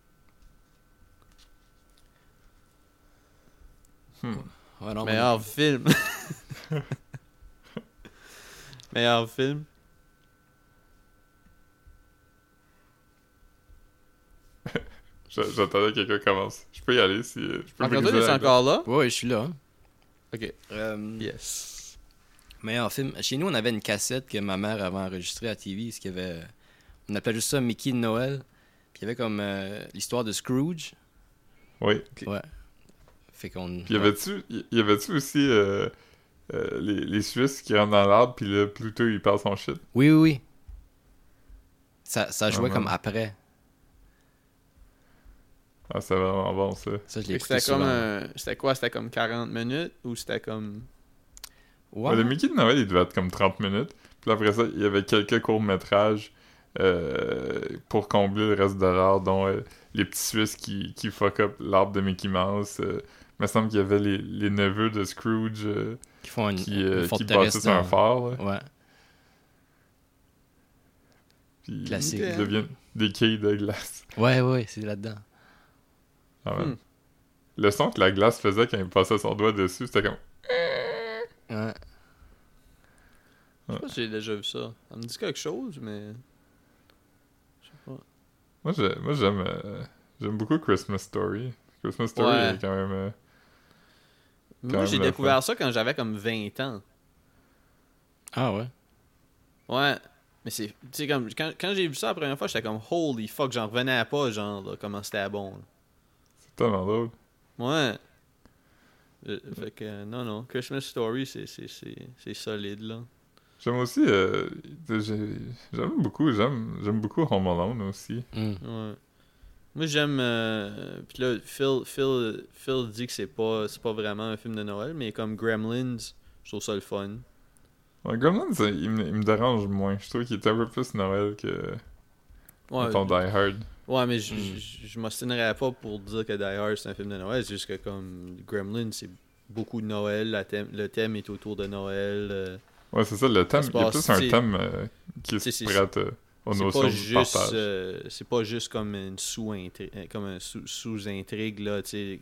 Hmm. Ouais, non, Meilleur film. Meilleur film. J'a- J'attendais que quelqu'un commence. Je peux y aller si... Je peux Encore briser toi, es la encore là? Ouais, je suis là. hein. Ok. Euh, Yes. Meilleur film. Chez nous, on avait une cassette que ma mère avait enregistrée à T V. Ce qu'il y avait... On appelait juste ça Mickey de Noël. Puis il y avait comme euh, l'histoire de Scrooge. Oui. Ouais. Fait qu'on... Puis y avait-tu, y avait-tu aussi euh, euh, les, les Suisses qui rentrent dans l'arbre, puis là, Pluto, il parle son shit? Oui, oui, oui. Ça, ça jouait Ah, comme non. après. Ah, c'est vraiment bon, ça. Ça, je l'ai Fait que écouté C'était comme souvent. un... C'était quoi? C'était comme quarante minutes? Ou c'était comme... Ouais. Ouais, le Mickey de Noël, il devait être comme trente minutes. Puis après ça, il y avait quelques courts-métrages euh, pour combler le reste de l'art, dont euh, les petits Suisses qui, qui fuck up l'arbre de Mickey Mouse. Euh, il me semble qu'il y avait les, les neveux de Scrooge euh, Qui font une, qui, une euh, qui forteresse bâtissent dans- un phare. Là. Ouais. Puis Classique. ils deviennent des quilles de glace. Ouais, ouais, c'est là-dedans. Ah, ouais. Hmm. Le son que la glace faisait quand il passait son doigt dessus, c'était comme... Ouais. Je sais pas si j'ai déjà vu ça. Ça me dit quelque chose, mais... Je sais pas. Moi, j'ai- moi j'aime euh, j'aime beaucoup Christmas Story. Christmas Story Ouais. est quand même... euh, Moi, même j'ai le découvert ça quand j'avais comme vingt ans. Ah ouais. Ouais. Mais c'est... Tu sais, comme... Quand, quand j'ai vu ça la première fois, j'étais comme... Holy fuck, j'en revenais pas, genre, là, comment c'était bon. là. c'est tellement drôle. Ouais. Euh, fait que... euh, non, non. Christmas Story, c'est, c'est, c'est, c'est solide, là. J'aime aussi... euh, j'ai- j'aime beaucoup, j'aime j'aime beaucoup Home Alone aussi. Mm. Ouais. Moi, j'aime... Euh... Puis là, Phil, Phil, Phil dit que c'est pas, c'est pas vraiment un film de Noël, mais comme Gremlins, je trouve ça le fun. Ouais, Gremlins, ça, il me, il me dérange moins. Je trouve qu'il est un peu plus Noël que... Ouais, mettons, Die Hard. ouais mais je Mm. je- je m'obstinerais pas pour dire que Die Hard, c'est un film de Noël. C'est juste que comme Gremlins, c'est beaucoup de Noël. La thème, le thème est autour de Noël. euh, Ouais, c'est ça, le thème. se Il y a passe, plus un c'est- thème euh, qui c'est- se c'est- prête euh, aux c'est notions pas du juste partage. euh, c'est pas juste comme une sous-intrigue comme un sous- sous-intrigue là, tu sais.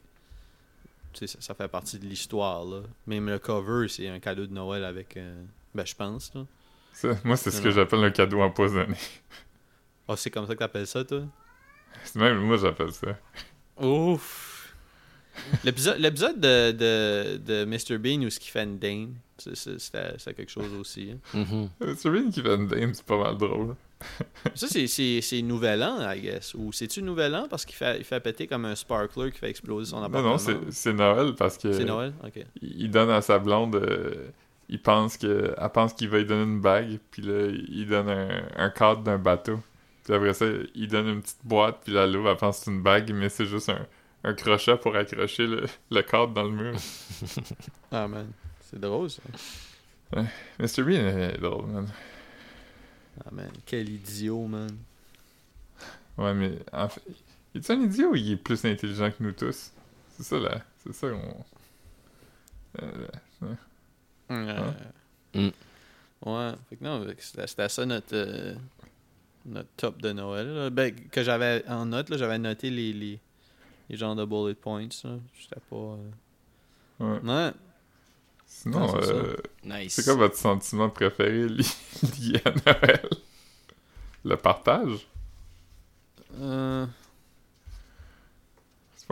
Tu sais, ça, ça fait partie de l'histoire là. Même le cover, c'est un cadeau de Noël avec euh, ben je pense là. Ça, moi, c'est ce Non, que non. j'appelle un cadeau empoisonné. Ah, c'est comme ça que t'appelles ça toi? C'est même moi, j'appelle ça. Ouf! L'épisode, l'épisode de, de, de mister Bean où ce qu'il fait une dame, c'est- c'est- c'était, c'était quelque chose aussi. hein. Mhm. C'est bien qui fait une dame, c'est pas mal drôle. Ça, c'est, c'est, c'est Nouvel An, I guess. Ou c'est-tu Nouvel An parce qu'il fait, il fait péter comme un sparkler qui fait exploser son Non, appartement? non, c'est c'est Noël parce que... C'est Noël? Ok. il il donne à sa blonde, euh, il pense que, elle pense qu'il va lui donner une bague, puis là, il donne un, un cadre d'un bateau. Puis après ça, il donne une petite boîte, puis là, l'ouvre, elle pense que c'est une bague, mais c'est juste un, un crochet pour accrocher le, le cadre dans le mur. Ah, man. C'est drôle, ça. mister Bean est drôle, man. Ah, man. Quel idiot, man. Ouais, mais en fait, il est un idiot ou il est plus intelligent que nous tous? C'est ça, là. C'est ça qu'on... Euh, Euh, Mm. Ouais. Fait que non, fait que c'était, c'était ça notre, euh, notre top de Noël. là. Ben, que j'avais en note, là, j'avais noté les, les, les genres de bullet points. Là. J'étais pas... euh, ouais. Ouais. Sinon, Ah, c'est euh, Nice. c'est quoi votre sentiment préféré li- lié à Noël? Le partage? Euh... C'est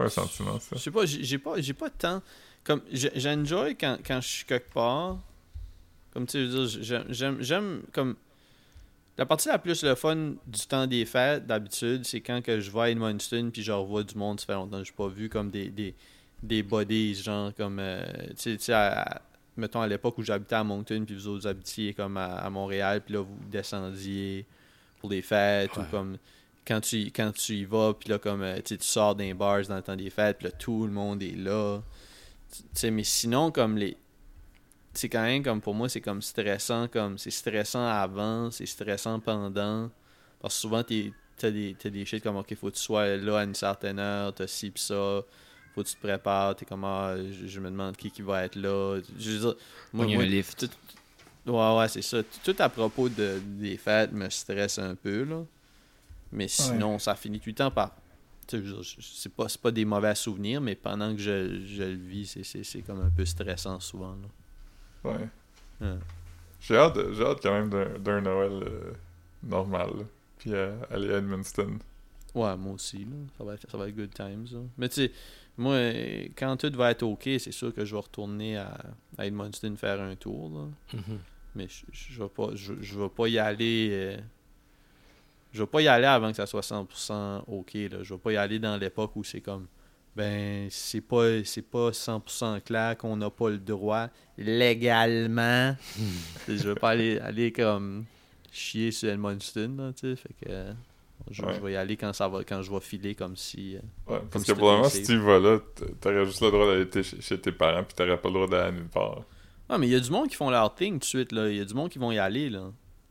pas un sentiment, ça. Je sais pas, j'ai j'ai pas, j'ai pas tant... Comme, j'ai- j'enjoy quand, quand je suis quelque part. Comme tu sais, je veux dire, j'aime, j'aime, j'aime comme... La partie la plus le fun du temps des fêtes, d'habitude, c'est quand que je vais à Edmundston puis je revois du monde, ça fait longtemps que j'ai pas vu, comme des, des, des buddies, genre comme... euh, tu sais, tu sais, à- à- mettons à l'époque où j'habitais à Moncton puis vous autres habitiez comme à, à Montréal, puis là, vous descendiez pour les fêtes, Ouais. ou comme... Quand tu, quand tu y vas, puis là, comme, euh, tu sais, tu sors d'un bars dans le temps des fêtes, puis là, tout le monde est là. Tu sais, mais sinon, comme les... C'est quand même, comme pour moi, c'est comme stressant, comme... C'est stressant avant, c'est stressant pendant. Parce que souvent, t'es- t'as des, t'as des shit comme, OK, faut que tu sois là à une certaine heure, t'as ci pis ça, faut que tu te prépares, t'es comme, ah, je, je me demande qui qui va être là. Je veux dire, moi, Il y a moi, un lift. tout- ouais, ouais, c'est ça. Tout à propos de, des fêtes me stresse un peu, là. Mais sinon, ça finit tout le temps par... Tu sais, je veux dire, je- c'est pas, c'est pas des mauvais souvenirs, mais pendant que je, je le vis, c'est, c'est, c'est comme un peu stressant souvent, là. Ouais. Ouais. J'ai hâte, de- j'ai hâte quand même d'un, d'un Noël euh, normal, là. Puis euh, aller à Edmundston. Ouais, moi aussi, là. Ça va être, ça va être good times, là. Mais tu sais, moi, euh, quand tout va être OK, c'est sûr que je vais retourner à, à Edmundston faire un tour, là. Mhm. Mais je, je, je vais pas, je, je vais pas y aller... euh, je vais pas y aller avant que ça soit cent pour cent OK, là. Je vais pas y aller dans l'époque où c'est comme... Ben, c'est pas, c'est pas cent pour cent clair qu'on n'a pas le droit légalement. Je vais pas aller, aller comme chier sur Edmundston, là, tu sais. Fait que euh, je, Ouais. je vais y aller quand ça va, quand je vais filer comme si... euh, Ouais, Comme parce si que pour le moment, t'étais si tu y vas là, t- t'aurais juste le droit d'aller t- chez, chez tes parents, puis t'aurais pas le droit d'aller nulle part. Ah, mais il y a du monde qui font leur thing tout de suite, là. Il y a du monde qui vont y aller, là.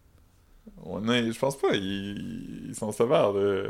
On est, je pense pas, ils, ils sont sévères, là.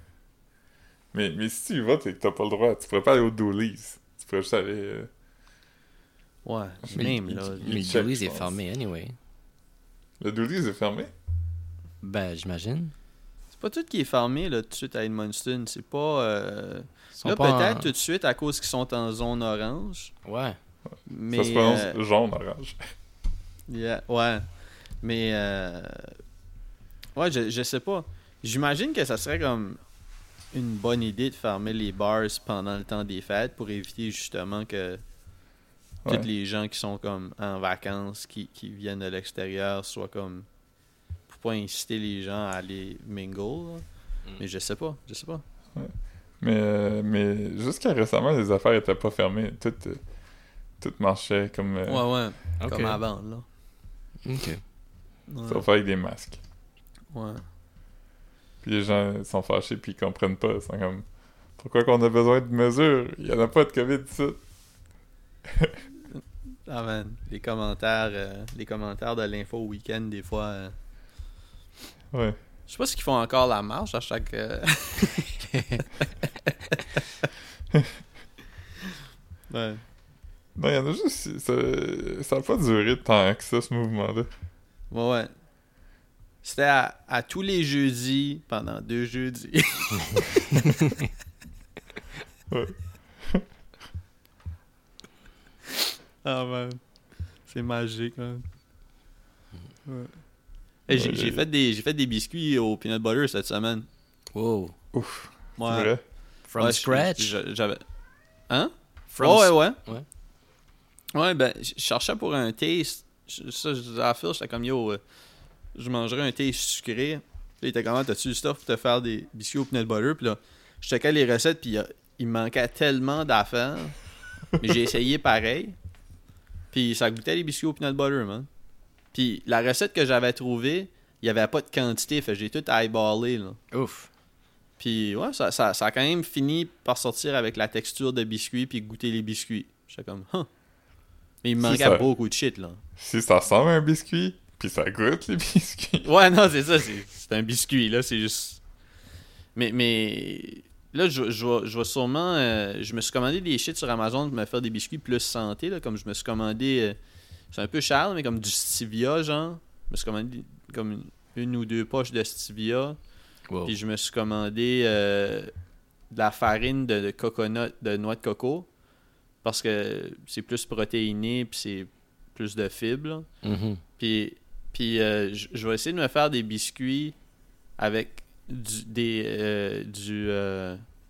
Mais, mais si tu y vas, t'es que t'as pas le droit. Tu pourrais pas aller au Doolies. Tu pourrais juste aller... euh, Ouais, Mais même, il- là. il- Mais check, Doolies je est pense. fermé, anyway. Le Doolies est fermé? Ben, j'imagine. C'est pas tout qui est fermé, là, tout de suite à Edmundston. C'est pas... euh, Ils sont Là, pas peut-être en- tout de suite à cause qu'ils sont en zone orange. Ouais. Mais... Ça se prononce euh, jaune-orange. yeah, ouais. Mais... euh, Ouais, je, je sais pas. J'imagine que ça serait comme une bonne idée de fermer les bars pendant le temps des fêtes pour éviter justement que Ouais. tous les gens qui sont comme en vacances, qui, qui viennent de l'extérieur, soient comme... Pour pas inciter les gens à aller mingle, là. Mm. Mais je sais pas, je sais pas. Mais, euh, mais jusqu'à récemment, les affaires étaient pas fermées. Tout, euh, tout marchait comme... euh, Ouais, ouais, Ok. comme avant, là. Ok. Ouais. Sauf avec des masques. Ouais. Puis les gens sont fâchés puis ils comprennent pas. Ils sont comme... Pourquoi qu'on a besoin de mesures? Il y en a pas de COVID ici. Ah man, les commentaires, euh, les commentaires de l'info week-end, des fois... euh, Ouais. Je sais pas s'ils font encore la marche à chaque... euh, ouais. Non, il y en a juste... Ça, ça a pas duré tant que ça, ce mouvement-là. Ouais, ouais. C'était à, à tous les jeudis pendant deux jeudis. Ouais. Ah man. C'est magique, man. Ouais. Hey, j'ai, Ouais, j'ai j'ai- fait des j'ai fait des biscuits au peanut butter cette semaine. Wow. Ouf. Ouais. C'est vrai? From Ouais, je- scratch? je- J'avais. Hein? From Oh, ouais, s- ouais. Ouais. Ouais, ben, je cherchais pour un taste. Je- Ça, je disais à Phil, j'étais comme yo, euh, je mangerais un taste sucré. Là, il était comme, t'as-tu le stuff pour te faire des biscuits au peanut butter? Puis là, je checkais les recettes, puis il y a- il me manquait tellement d'affaires. Mais j'ai essayé pareil. Puis ça goûtait les biscuits au peanut butter, man. Puis la recette que j'avais trouvée, il n'y avait pas de quantité, fait que j'ai tout eyeballé, là. Ouf. Puis ouais, ça, ça, ça a quand même fini par sortir avec la texture de biscuits puis goûter les biscuits. J'étais comme, huh. Mais il me C'est manquait ça. beaucoup de shit, là. Si ça ressemble à un biscuit, puis ça goûte les biscuits. Ouais, non, c'est ça, c'est, c'est un biscuit, là, c'est juste... Mais, mais... Là, je, je, vais, je vais sûrement... euh, je me suis commandé des shit sur Amazon pour me faire des biscuits plus santé, là, comme je me suis commandé... euh, c'est un peu cher, là, mais comme du stevia, genre. Je me suis commandé comme une, une ou deux poches de stevia. Wow. Puis je me suis commandé euh, de la farine de, de coconut, de noix de coco. Parce que c'est plus protéiné, puis c'est plus de fibres, là. Mhm. Puis, puis euh, je je vais essayer de me faire des biscuits avec du, des, euh, du, euh,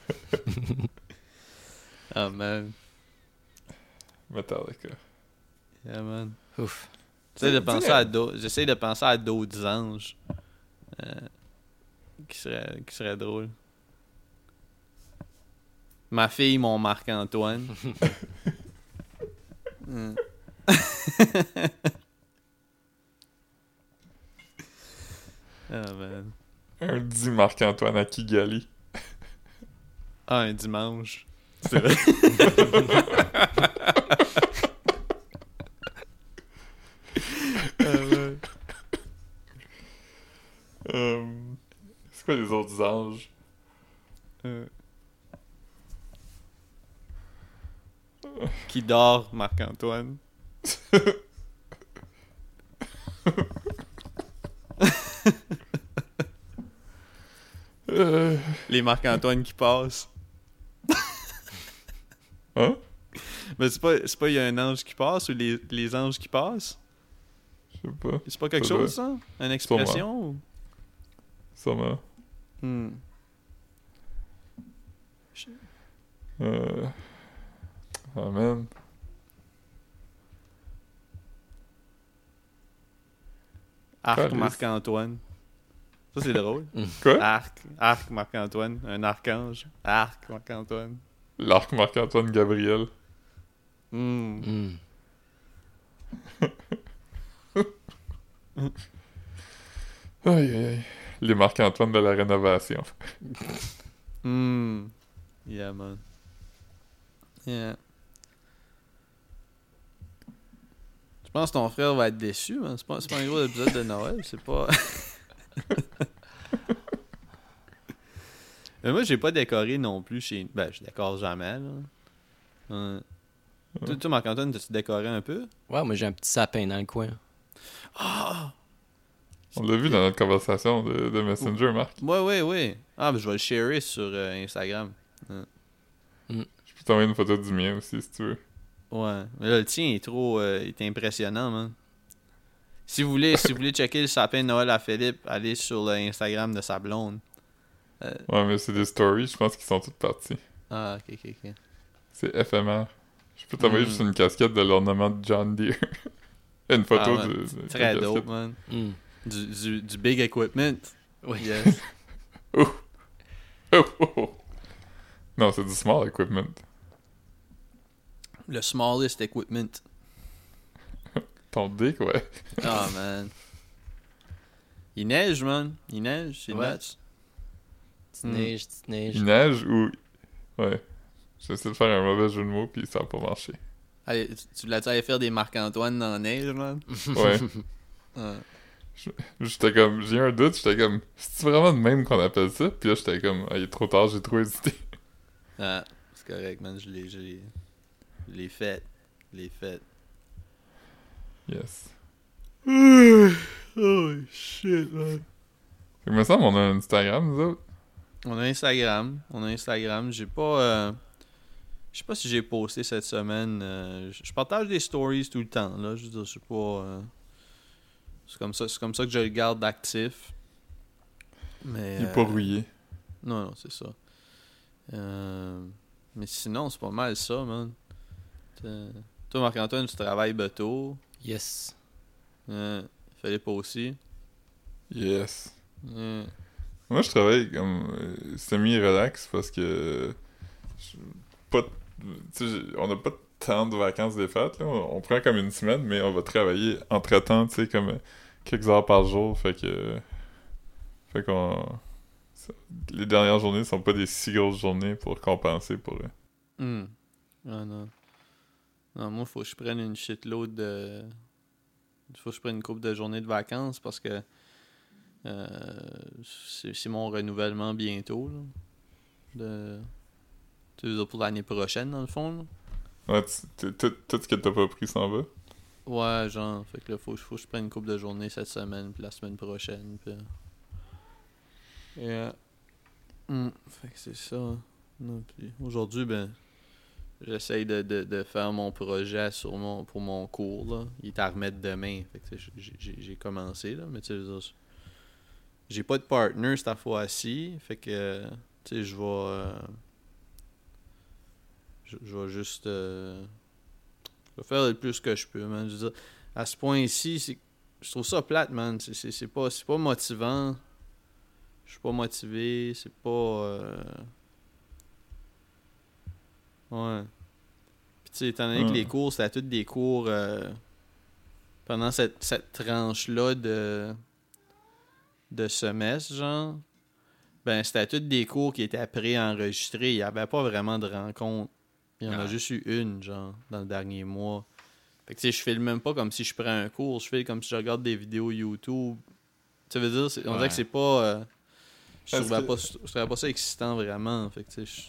Ah, man. Metallica. Yeah, man. Ouf. J'essaie de Dis- penser dis- à d'autres. J'essaie de penser à d'autres anges. euh, qui seraient qui seraient drôles. Ma fille, mon Marc-Antoine. Hmm. Ah, man. Un dit Marc-Antoine à Kigali. Ah, un dimanche. C'est vrai. Ah, ouais. Euh, c'est quoi les autres anges? Euh. Qui dort, Marc-Antoine? Euh, Les Marc-Antoine qui passent. Hein? Mais c'est pas, c'est pas il y a un ange qui passe ou les, les anges qui passent? Je sais pas. C'est pas quelque Ça chose, ça? Une expression? ou- Sûrement. Hmm. Euh... Amen. Arc Calice. Marc-Antoine. Ça, c'est drôle. Quoi? Arc. Arc Marc-Antoine. Un archange. Arc Marc-Antoine. L'arc Marc-Antoine Gabriel. Hmm. Hmm. Aïe aïe aïe. Les Marc-Antoine de la rénovation. Hmm. Yeah, man. Yeah. Je pense que ton frère va être déçu, man. C'est pas, c'est pas un gros épisode de Noël, c'est pas... Mais moi, j'ai pas décoré non plus chez... Ben, je décore jamais, là. Ouais. Toi, toi, Marc-Antoine, t'as-tu décoré un peu? Ouais, moi j'ai un petit sapin dans le coin. Ah! On l'a vu dans notre conversation de, de Messenger, Marc. Ouais, ouais, ouais. Ah, ben je vais le sharer sur euh, Instagram. Je peux t'envoyer une photo du mien aussi, si tu veux. Ouais. Mais là, le tien est trop... euh, il est impressionnant, man. Si vous voulez, si vous voulez checker le sapin de Noël à Philippe, allez sur le Instagram de sa blonde. Euh, Ouais, mais c'est des stories, je pense qu'ils sont toutes parties. Ah, ok, ok, ok. C'est éphémère. Je peux t'envoyer Mm. juste une casquette de l'ornement de John Deere. Une photo Ah ouais, de, de- de Très la dope, casquette. man. Hmm. Du, du, du big equipment. Oui. Yes. Oh, oh, oh. Non, c'est du small equipment. Le smallest equipment. Ton dick, ouais. Ah, man. Il neige, man. Il neige, c'est Ouais. nuts. Petite Hmm. neige, petite neige. Il neige ou... Ouais. J'essaie de faire un mauvais jeu de mots, puis ça a pas marché. Allez, tu, tu voulais-tu aller faire des Marc-Antoine dans la neige, man? Ouais. Ah. J'étais comme... J'ai eu un doute, j'étais comme... C'est vraiment de même qu'on appelle ça? Puis là, j'étais comme... Ah, il est trop tard, j'ai trop hésité. Ah, c'est correct, man. Je l'ai, je l'ai, je l'ai fait. Je l'ai fait. Yes. Oh, shit, man. Fait que, il me semble on a un Instagram, nous autres. On a Instagram. On a Instagram. J'ai pas... euh, Je sais pas si j'ai posté cette semaine. euh, Je je partage des stories tout le temps, là. Je veux dire, je sais pas... euh, C'est comme ça, c'est comme ça que je le garde actif. Mais... Il est euh, pas rouillé. Non, non, c'est ça. Euh, Mais sinon, c'est pas mal ça, man. T'as- Toi, Marc-Antoine, tu travailles bateau. Yes. Euh, Philippe aussi. Yes. Euh, Moi, je travaille comme euh, semi-relax parce que... je- Pas... Tu sais, j'ai- on n'a pas tant de vacances des fêtes, là. On, on prend comme une semaine, mais on va travailler entre-temps, tu sais, comme euh, quelques heures par jour, fait que... Fait qu'on... ça- Les dernières journées sont pas des si grosses journées pour compenser pour... euh, hmm. Ah non. Non, moi, faut que je prenne une shitload de... Faut que je prenne une couple de journées de vacances parce que euh, c'est, c'est mon renouvellement bientôt, là. De... Tu veux dire pour l'année prochaine, dans le fond, là? Ouais, tu- tu- tout, tout ce que t'as pas pris s'en va. Ouais, genre, fait que là, faut, faut que je prenne une couple de journées cette semaine, puis la semaine prochaine, puis... Yeah. Hmm, fait que c'est ça. Non, puis aujourd'hui, ben, j'essaye de, de, de faire mon projet sur mon, pour mon cours, là. Il est à remettre demain, fait que j'ai, j'ai, j'ai commencé, là, mais tu sais, je veux dire, j'ai pas de partner cette fois-ci, fait que, tu sais, je vais... euh, je, je vais juste... Euh, je vais faire le plus que je peux, man. Je veux dire, à ce point-ci, c'est, je trouve ça plate, man. C'est, c'est, c'est, pas, c'est pas motivant. Je suis pas motivé. C'est pas... Euh... Ouais. Puis tu sais, étant donné Mm. que les cours, c'était toutes des cours... Euh, pendant cette, cette tranche-là de... de semestre, genre... Ben, c'était toutes des cours qui étaient pré-enregistrés. Il n'y avait pas vraiment de rencontres. Il y en a Ouais. juste eu une, genre, dans le dernier mois. Fait que, tu sais, je filme même pas comme si je prends un cours. Je filme comme si je regarde des vidéos YouTube. Tu veux dire, c'est- on Ouais. dirait que c'est pas... euh, je Est-ce trouvais que- pas, je trouvais pas ça excitant, vraiment. Fait que, tu sais,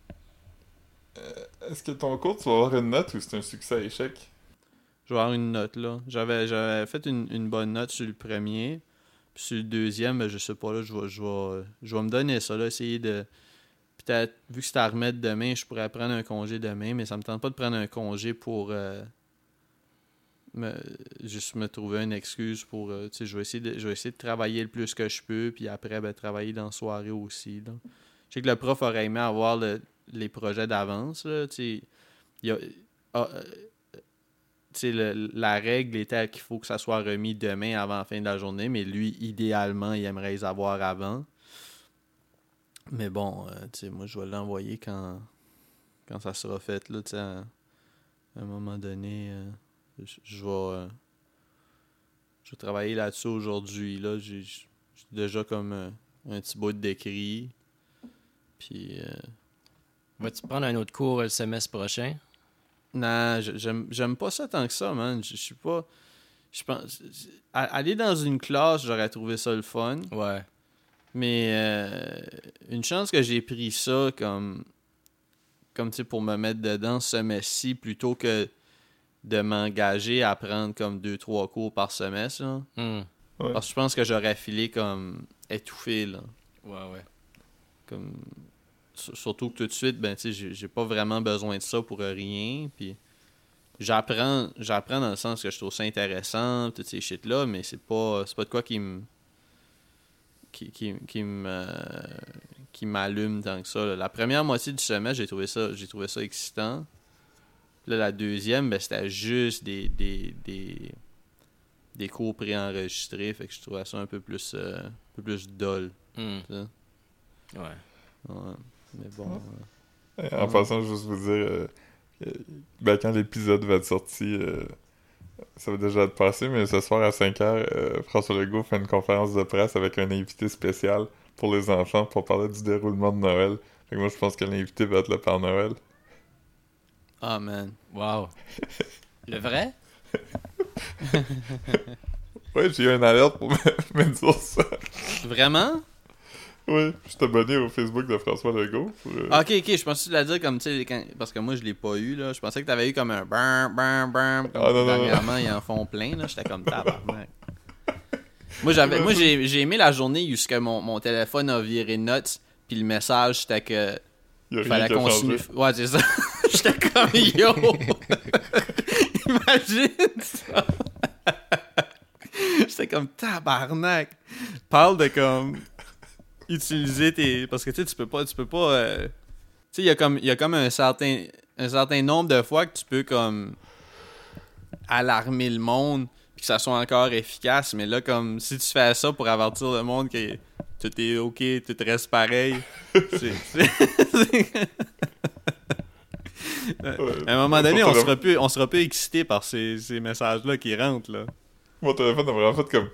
je- Est-ce que ton cours, tu vas avoir une note ou c'est un succès à échec? je vais avoir une note, là. J'avais, j'avais fait une, une bonne note sur le premier. Puis sur le deuxième, ben, je sais pas, là, je vais, je vais, je vais me donner ça, là, essayer de... Peut-être, vu que c'est à remettre demain, je pourrais prendre un congé demain, mais ça me tente pas de prendre un congé pour euh, me, juste me trouver une excuse pour... euh, tu sais, je vais essayer de, je vais essayer de travailler le plus que je peux, puis après, ben, travailler dans la soirée aussi, là. Je sais que le prof aurait aimé avoir le- les projets d'avance, là, tu sais. Il y a... ah, euh, tu sais, le- la règle était qu'il faut que ça soit remis demain avant la fin de la journée, mais lui, idéalement, il aimerait les avoir avant. Mais bon, euh, tu sais, moi, je vais l'envoyer quand, quand ça sera fait, là, tu sais, à, à un moment donné, euh, je, je vais... euh, je vais travailler là-dessus aujourd'hui, là. J'ai j'ai déjà comme euh, un petit bout d'écrit. Puis... euh, Vas-tu prendre un autre cours le semestre prochain? Non, je- j'aime j'aime pas ça tant que ça, man. Je je suis pas... Je pense... a- Aller dans une classe, j'aurais trouvé ça le fun. Ouais. Mais euh, une chance que j'ai pris ça comme... Comme, tu sais, pour me mettre dedans ce semestre-ci, plutôt que de m'engager à prendre comme deux, trois cours par semestre, là. Hmm. Ouais. Parce que je pense que j'aurais filé comme étouffé, là. Ouais, ouais. Comme... S- Surtout que tout de suite, ben, tu sais, j'ai j'ai pas vraiment besoin de ça pour rien, puis j'apprends j'apprends dans le sens que je trouve ça intéressant, toutes ces shit-là, mais c'est pas c'est pas de quoi qui me qui, qui, qui me euh, qui m'allume tant que ça, là. La première moitié du semestre, j'ai trouvé ça j'ai trouvé ça excitant. Puis là, la deuxième, ben, c'était juste des des, des, des cours préenregistrés, fait que je trouvais ça un peu plus euh, un peu plus dull, Hmm. tu sais. Ouais. Ouais. Mais bon... euh, En Ouais. passant, juste vous dire, euh, euh, ben, quand l'épisode va être sorti, euh, ça va déjà être passé, mais ce soir à cinq heures, euh, François Legault fait une conférence de presse avec un invité spécial pour les enfants pour parler du déroulement de Noël. Fait que moi, je pense que l'invité va être le Père Noël. Ah, man. Wow. Le vrai? Ouais, j'ai eu une alerte pour me, me dire ça. Vraiment? Oui, je suis abonné au Facebook de François Legault. Pour, euh, Ah, ok, ok, je pensais que tu l'as dit comme, tu sais, quand- parce que moi, je l'ai pas eu, là. Je pensais que t'avais eu comme un bam, bam, bam. Comme Ah, non, non, dernièrement, ils en font plein, là. J'étais comme tabarnak. Moi, j'avais, moi j'ai, j'ai aimé la journée où ce que mon, mon téléphone a viré nuts, puis le message, c'était que il y a rien fallait qui a continuer. changé. Ouais, c'est ça. J'étais comme, yo! Imagine ça! J'étais comme, tabarnak! Parle de comme... utiliser tes... Parce que tu sais, tu peux pas... Tu peux pas... euh, Tu sais, il y a comme, il y a comme un certain, un certain nombre de fois que tu peux comme alarmer le monde puis que ça soit encore efficace. Mais là, comme, si tu fais ça pour avertir le monde que tout est OK, tout reste pareil, c'est... c'est- c'est- Ouais. À un moment donné, Mon on téléphone- sera plus, on sera plus excité par ces, ces messages-là qui rentrent, là. Mon téléphone a vraiment fait comme...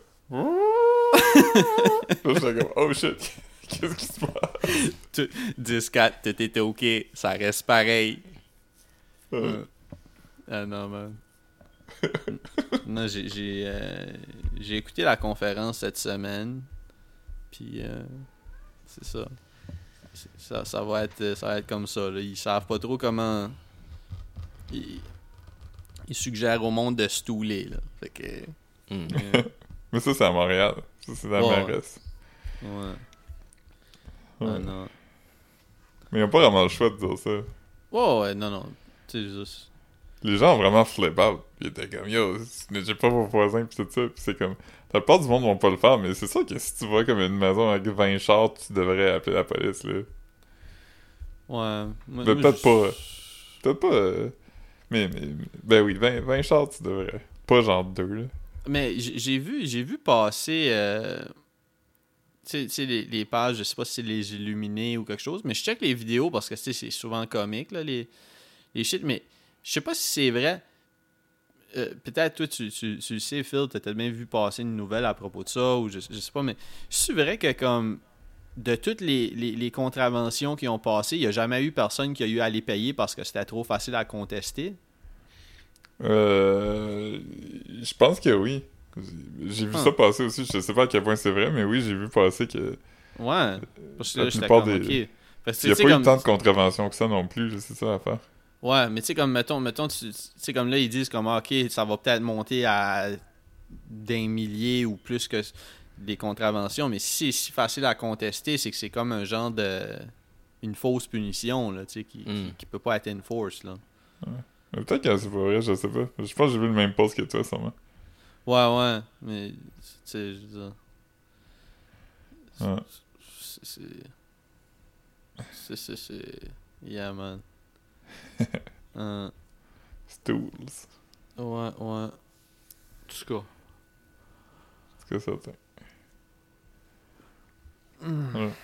Là, j'étais comme, oh shit, qu'est-ce qui se passe? dix quatre, tout était OK, ça reste pareil. Euh, Ah non, man. Non, j'ai j'ai, euh, j'ai écouté la conférence cette semaine. Puis euh, c'est ça. C'est- ça. Ça va être ça va être comme ça, là. Ils savent pas trop comment. Ils, ils suggèrent au monde de stouler, là. Fait que. Hmm. euh, Mais ça, c'est à Montréal. Ça, c'est dans Ouais. la mairesse. ouais. Ouais. Ah non. Mais ils n'ont pas vraiment le choix de dire ça. Ouais, ouais, non, non. Tu sais, juste. Les gens ont vraiment flip out. Ils étaient comme, yo, j'ai pas vos voisins pis tout ça. Pis c'est comme, la plupart du monde vont pas le faire, mais c'est sûr que si tu vois comme une maison avec vingt chars, tu devrais appeler la police, là. Ouais. Moi- Mais moi, peut-être je- pas. Peut-être pas... euh, Mais, mais... Ben oui, vingt, vingt chars, tu devrais. Pas genre deux, là. Mais j- j'ai vu, j'ai vu passer... Euh... Tu sais- tu sais, les, les pages, je sais pas si c'est les illuminés ou quelque chose, mais je check les vidéos parce que tu sais, c'est souvent comique, là, les, les shit, mais je sais pas si c'est vrai. Euh, peut-être toi, tu, tu, tu le sais, Phil, t'as peut-être bien vu passer une nouvelle à propos de ça, ou je, je sais pas, mais c'est vrai que comme de toutes les, les, les contraventions qui ont passé, il n'y a jamais eu personne qui a eu à les payer parce que c'était trop facile à contester? Euh... Je pense que oui. J'ai vu Huh. ça passer aussi, je sais pas à quel point c'est vrai, mais oui, j'ai vu passer que... Ouais. Parce que là, La j'étais plupart comme, des- ok. Parce que, Il y a tu sais, pas eu comme... tant de contraventions que ça non plus, là, c'est ça l'affaire. Ouais, mais tu sais, comme, mettons, mettons tu tu sais, comme là, ils disent comme, ah, ok, ça va peut-être monter à d'un millier ou plus que des contraventions, mais si c'est si facile à contester, c'est que c'est comme un genre de... une fausse punition, là, tu sais, qui, Mm. qui, qui peut pas être enforced, là. Mais peut-être que c'est pas vrai, je sais pas. Je pense que j'ai vu le même post que toi, sûrement. Ouais, ouais, mais, tu sais, je veux dire... Ouais. C'est... c'est- C'est... C'est... c'est... Yeah, man. Euh, Stools. ouais, ouais. En tout cas. C'est que certain. Hmm. Ouais.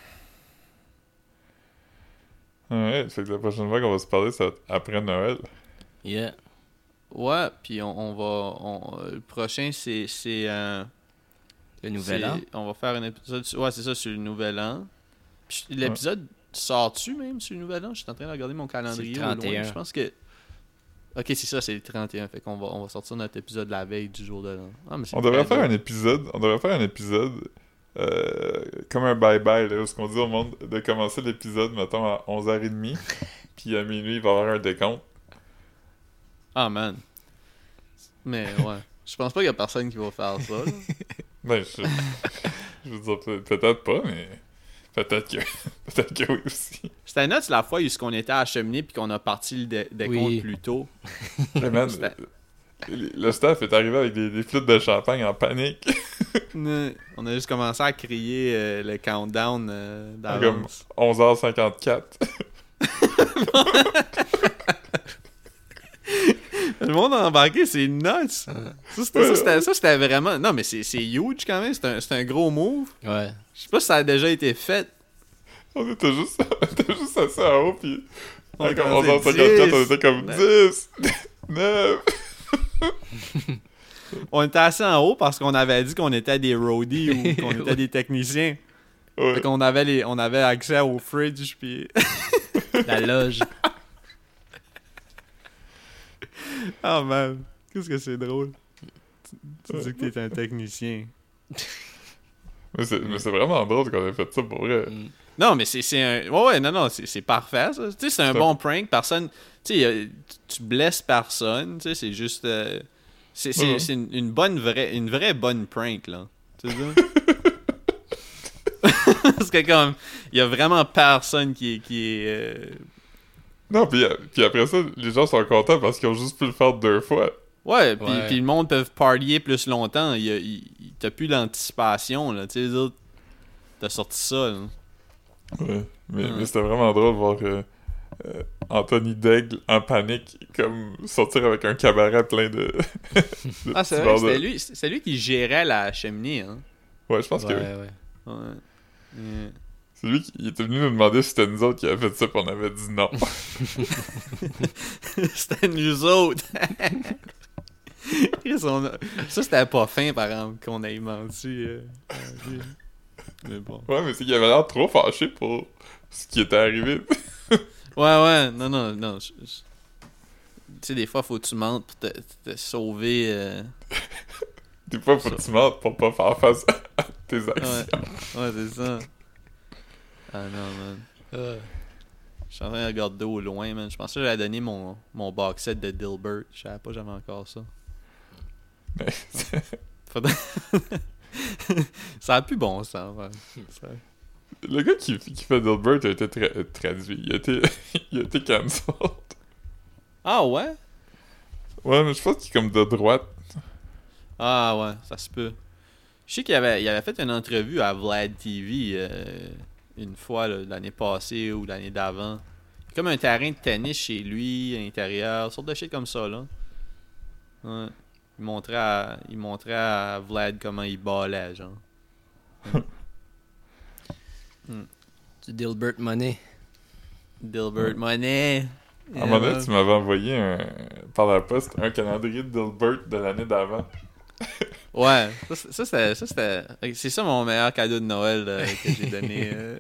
Ouais, fait que la prochaine fois qu'on va se parler, ça va être après Noël. Yeah. Ouais, puis on, on va... On, euh, le prochain, c'est... c'est euh, Le nouvel c'est- an. On va faire un épisode... sur- Ouais, c'est ça, sur le nouvel an. Puis l'épisode sort-tu même sur le nouvel an? Je suis en train de regarder mon calendrier C'est le au trente et loin. un. Je pense que... Ok, c'est ça, c'est le trente et un. Fait qu'on va, on va sortir notre épisode la veille du jour de l'an. Ah, mais c'est On devrait très faire drôle. un épisode, on devrait faire un épisode euh, comme un bye-bye, là, où ce qu'on dit au monde de commencer l'épisode, mettons, à onze heures trente, puis à minuit, il va y avoir un décompte. Ah, man. Mais ouais. Je pense pas qu'il y a personne qui va faire ça. là. Ben, je, je veux dire, peut- peut-être pas, mais peut-être que, peut-être que oui aussi. C'était nuts la fois où on était à la cheminée puis qu'on a parti le dé- décompte Oui. plus tôt. Hey, man, C'était- le, le staff est arrivé avec des, des flûtes de champagne en panique. Ne- On a juste commencé à crier euh, le countdown euh, Comme d'avance. onze heures cinquante-quatre. Le monde a embarqué, c'est nuts. Ça, c'était, ça, c'était, ça, c'était vraiment... Non, mais c'est, c'est huge quand même. C'est un, c'est un gros move. Ouais. Je sais pas si ça a déjà été fait. On était juste, on était juste assis en haut, puis On à comme commençait onze heures cinquante-quatre, dix, on était comme neuf. dix, neuf. On était assis en haut parce qu'on avait dit qu'on était des roadies ou qu'on était Ouais. des techniciens. Ouais. Fait qu'on avait, les, on avait accès au fridge, puis... La loge. Ah, man. Qu'est-ce que c'est drôle. Tu, tu dis que t'es un technicien. Mais c'est, mais c'est vraiment drôle qu'on ait fait ça pour vrai. Mm. Non, mais c'est, c'est un... Ouais, ouais, non, non, c'est, c'est parfait, ça. Tu sais, c'est un C'est- bon prank. Personne... Tu sais, euh, tu- tu blesses personne. Tu sais, c'est juste... euh, C'est, c'est, Ouais. c'est une, une bonne vraie... Une vraie bonne prank, là. Tu sais ça? Parce que comme... Il y a vraiment personne qui est... Qui est euh, Non, puis, euh, puis après ça, les gens sont contents parce qu'ils ont juste pu le faire deux fois. Ouais, puis Ouais. puis le monde peut partier plus longtemps. Il y a- il- il- T'as plus l'anticipation, là. Tu sais, les autres, t'as sorti ça, là. Ouais. Mais, Ouais. mais c'était vraiment drôle de voir euh, euh, Anthony Daigle en panique, comme sortir avec un cabaret plein de. de Ah, c'est petits vrai, verres c'était de- lui, c'est lui qui gérait la cheminée, hein. Ouais, je pense Ouais, que ouais. Ouais. Yeah. c'est lui qui il était venu nous demander si c'était nous autres qui avaient fait ça, puis on avait dit non. C'était nous autres. Chris, on a- Ça, c'était pas fin, par exemple, qu'on ait menti. euh, à lui. Mais bon. Ouais, mais c'est qu'il avait l'air trop fâché pour ce qui était arrivé. Ouais, ouais, non, non, non. je- je- Tu sais, des fois, faut que tu mentes pour te, te sauver. euh, Des fois, faut que tu mentes pour pas faire face à tes Ouais, actions. ouais, c'est ça. Ah non, man. Ah. Je suis en train de regarder au loin, man. Je pensais que j'allais donner mon, mon box set de Dilbert. Je savais pas que j'avais encore ça. Mais Faudrait... ça a plus bon sens. Ouais. Ça- le gars qui, qui fait Dilbert a été tra- traduit. Il a été, il a été cancelled. Ah ouais? Ouais, mais je pense qu'il est comme de droite. Ah ouais, ça se peut. Je sais qu'il avait, il avait fait une entrevue à Vlad T V euh, une fois là, l'année passée ou l'année d'avant. Comme un terrain de tennis chez lui, à l'intérieur, sorte de shit comme ça, là. Ouais. Il montrait à, il montrait à Vlad comment il ballait, genre. Du Dilbert Money. Dilbert Money. À un moment donné, tu m'avais envoyé un, par la poste un calendrier de Dilbert de l'année d'avant. Ouais, ça, ça, c'était, ça c'était... C'est ça mon meilleur cadeau de Noël euh, que j'ai donné. Euh...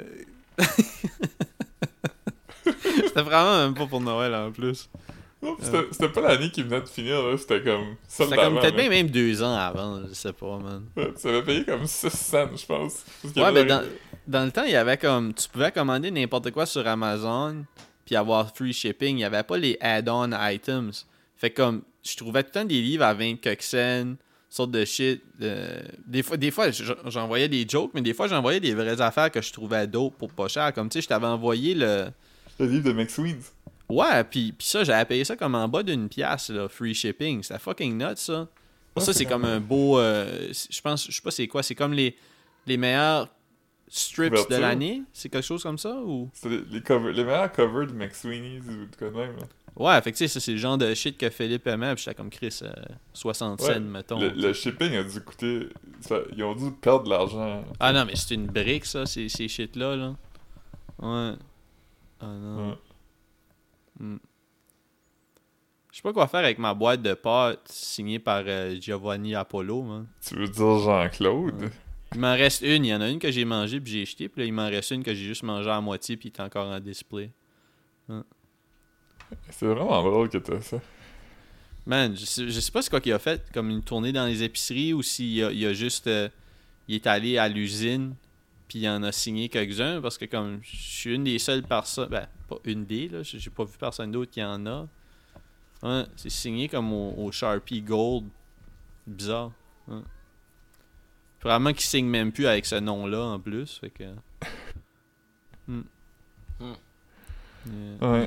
C'était vraiment même pas pour Noël en plus. Non, pis c'était, c'était pas l'année qui venait de finir, là. C'était comme ça C'était comme peut-être bien même deux ans avant, je sais pas, man. Ouais, tu avais payé comme six cents, je pense. Parce qu'il y Ouais, avait ben dans, dans le temps, il y avait comme... Tu pouvais commander n'importe quoi sur Amazon puis avoir free shipping. Il y avait pas les add-on items. Fait que comme... Je trouvais tout le temps des livres à vingt quelques cents, sortes de shit. Euh, des fois, des fois j'envoyais des jokes, mais des fois, j'envoyais des vraies affaires que je trouvais dope pour pas cher. Comme, tu sais, je t'avais envoyé le... Le livre de McSweens. Ouais, pis, pis ça, j'avais payé ça comme en bas d'une pièce, là, free shipping. C'était fucking nuts, ça. Pour ça, c'est comme un beau... euh, je pense, je sais pas c'est quoi, c'est comme les, les meilleurs strips Couverture. de l'année. C'est quelque chose comme ça, ou... C'était les, les, cover, les meilleurs covers de McSweeney's ou de quoi de même, là. Ouais, fait que tu sais, ça, c'est le genre de shit que Philippe aimait, pis j'étais comme Chris, euh, soixante Ouais, cents, mettons. Le, le shipping a dû coûter... Ça, ils ont dû perdre de l'argent. Ah non, mais c'est une brique, ça, ces, ces shit-là, là. Ouais. Ah non. Ouais. Hmm. Je sais pas quoi faire avec ma boîte de pâtes signée par euh, Giovanni Apollo, man. Tu veux dire Jean-Claude? Ouais. Il m'en reste une. Il y en a une que j'ai mangée puis j'ai jetée. Puis là, il m'en reste une que j'ai juste mangée à moitié puis il est encore en display. Ouais. C'est vraiment drôle que t'as ça. Man, je sais, je sais pas c'est quoi qu'il a fait, comme une tournée dans les épiceries ou s'il a, il a juste... euh, il est allé à l'usine puis il en a signé quelques-uns parce que comme je suis une des seules personnes... Ben, pas une des, là. J'ai pas vu personne d'autre qui en a. Ouais, c'est signé comme au, au Sharpie Gold. Bizarre. Ouais. Probablement qu'il signe même plus avec ce nom-là en plus. Fait que. Hmm. Hmm. Yeah, Ouais.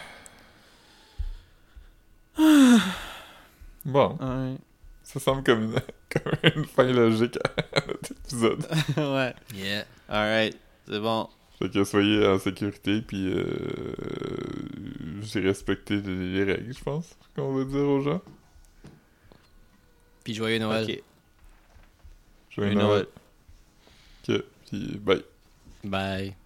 yeah. Bon, Ouais. ça semble comme une, comme une fin logique à notre épisode. Ouais. Yeah. Alright. C'est bon. Fait que soyez en sécurité, puis euh, j'ai respecté les, les règles, je pense, qu'on va dire aux gens. Puis joyeux Noël. Ok. Joyeux Joyeux Noël. Noël. Ok, puis bye. Bye.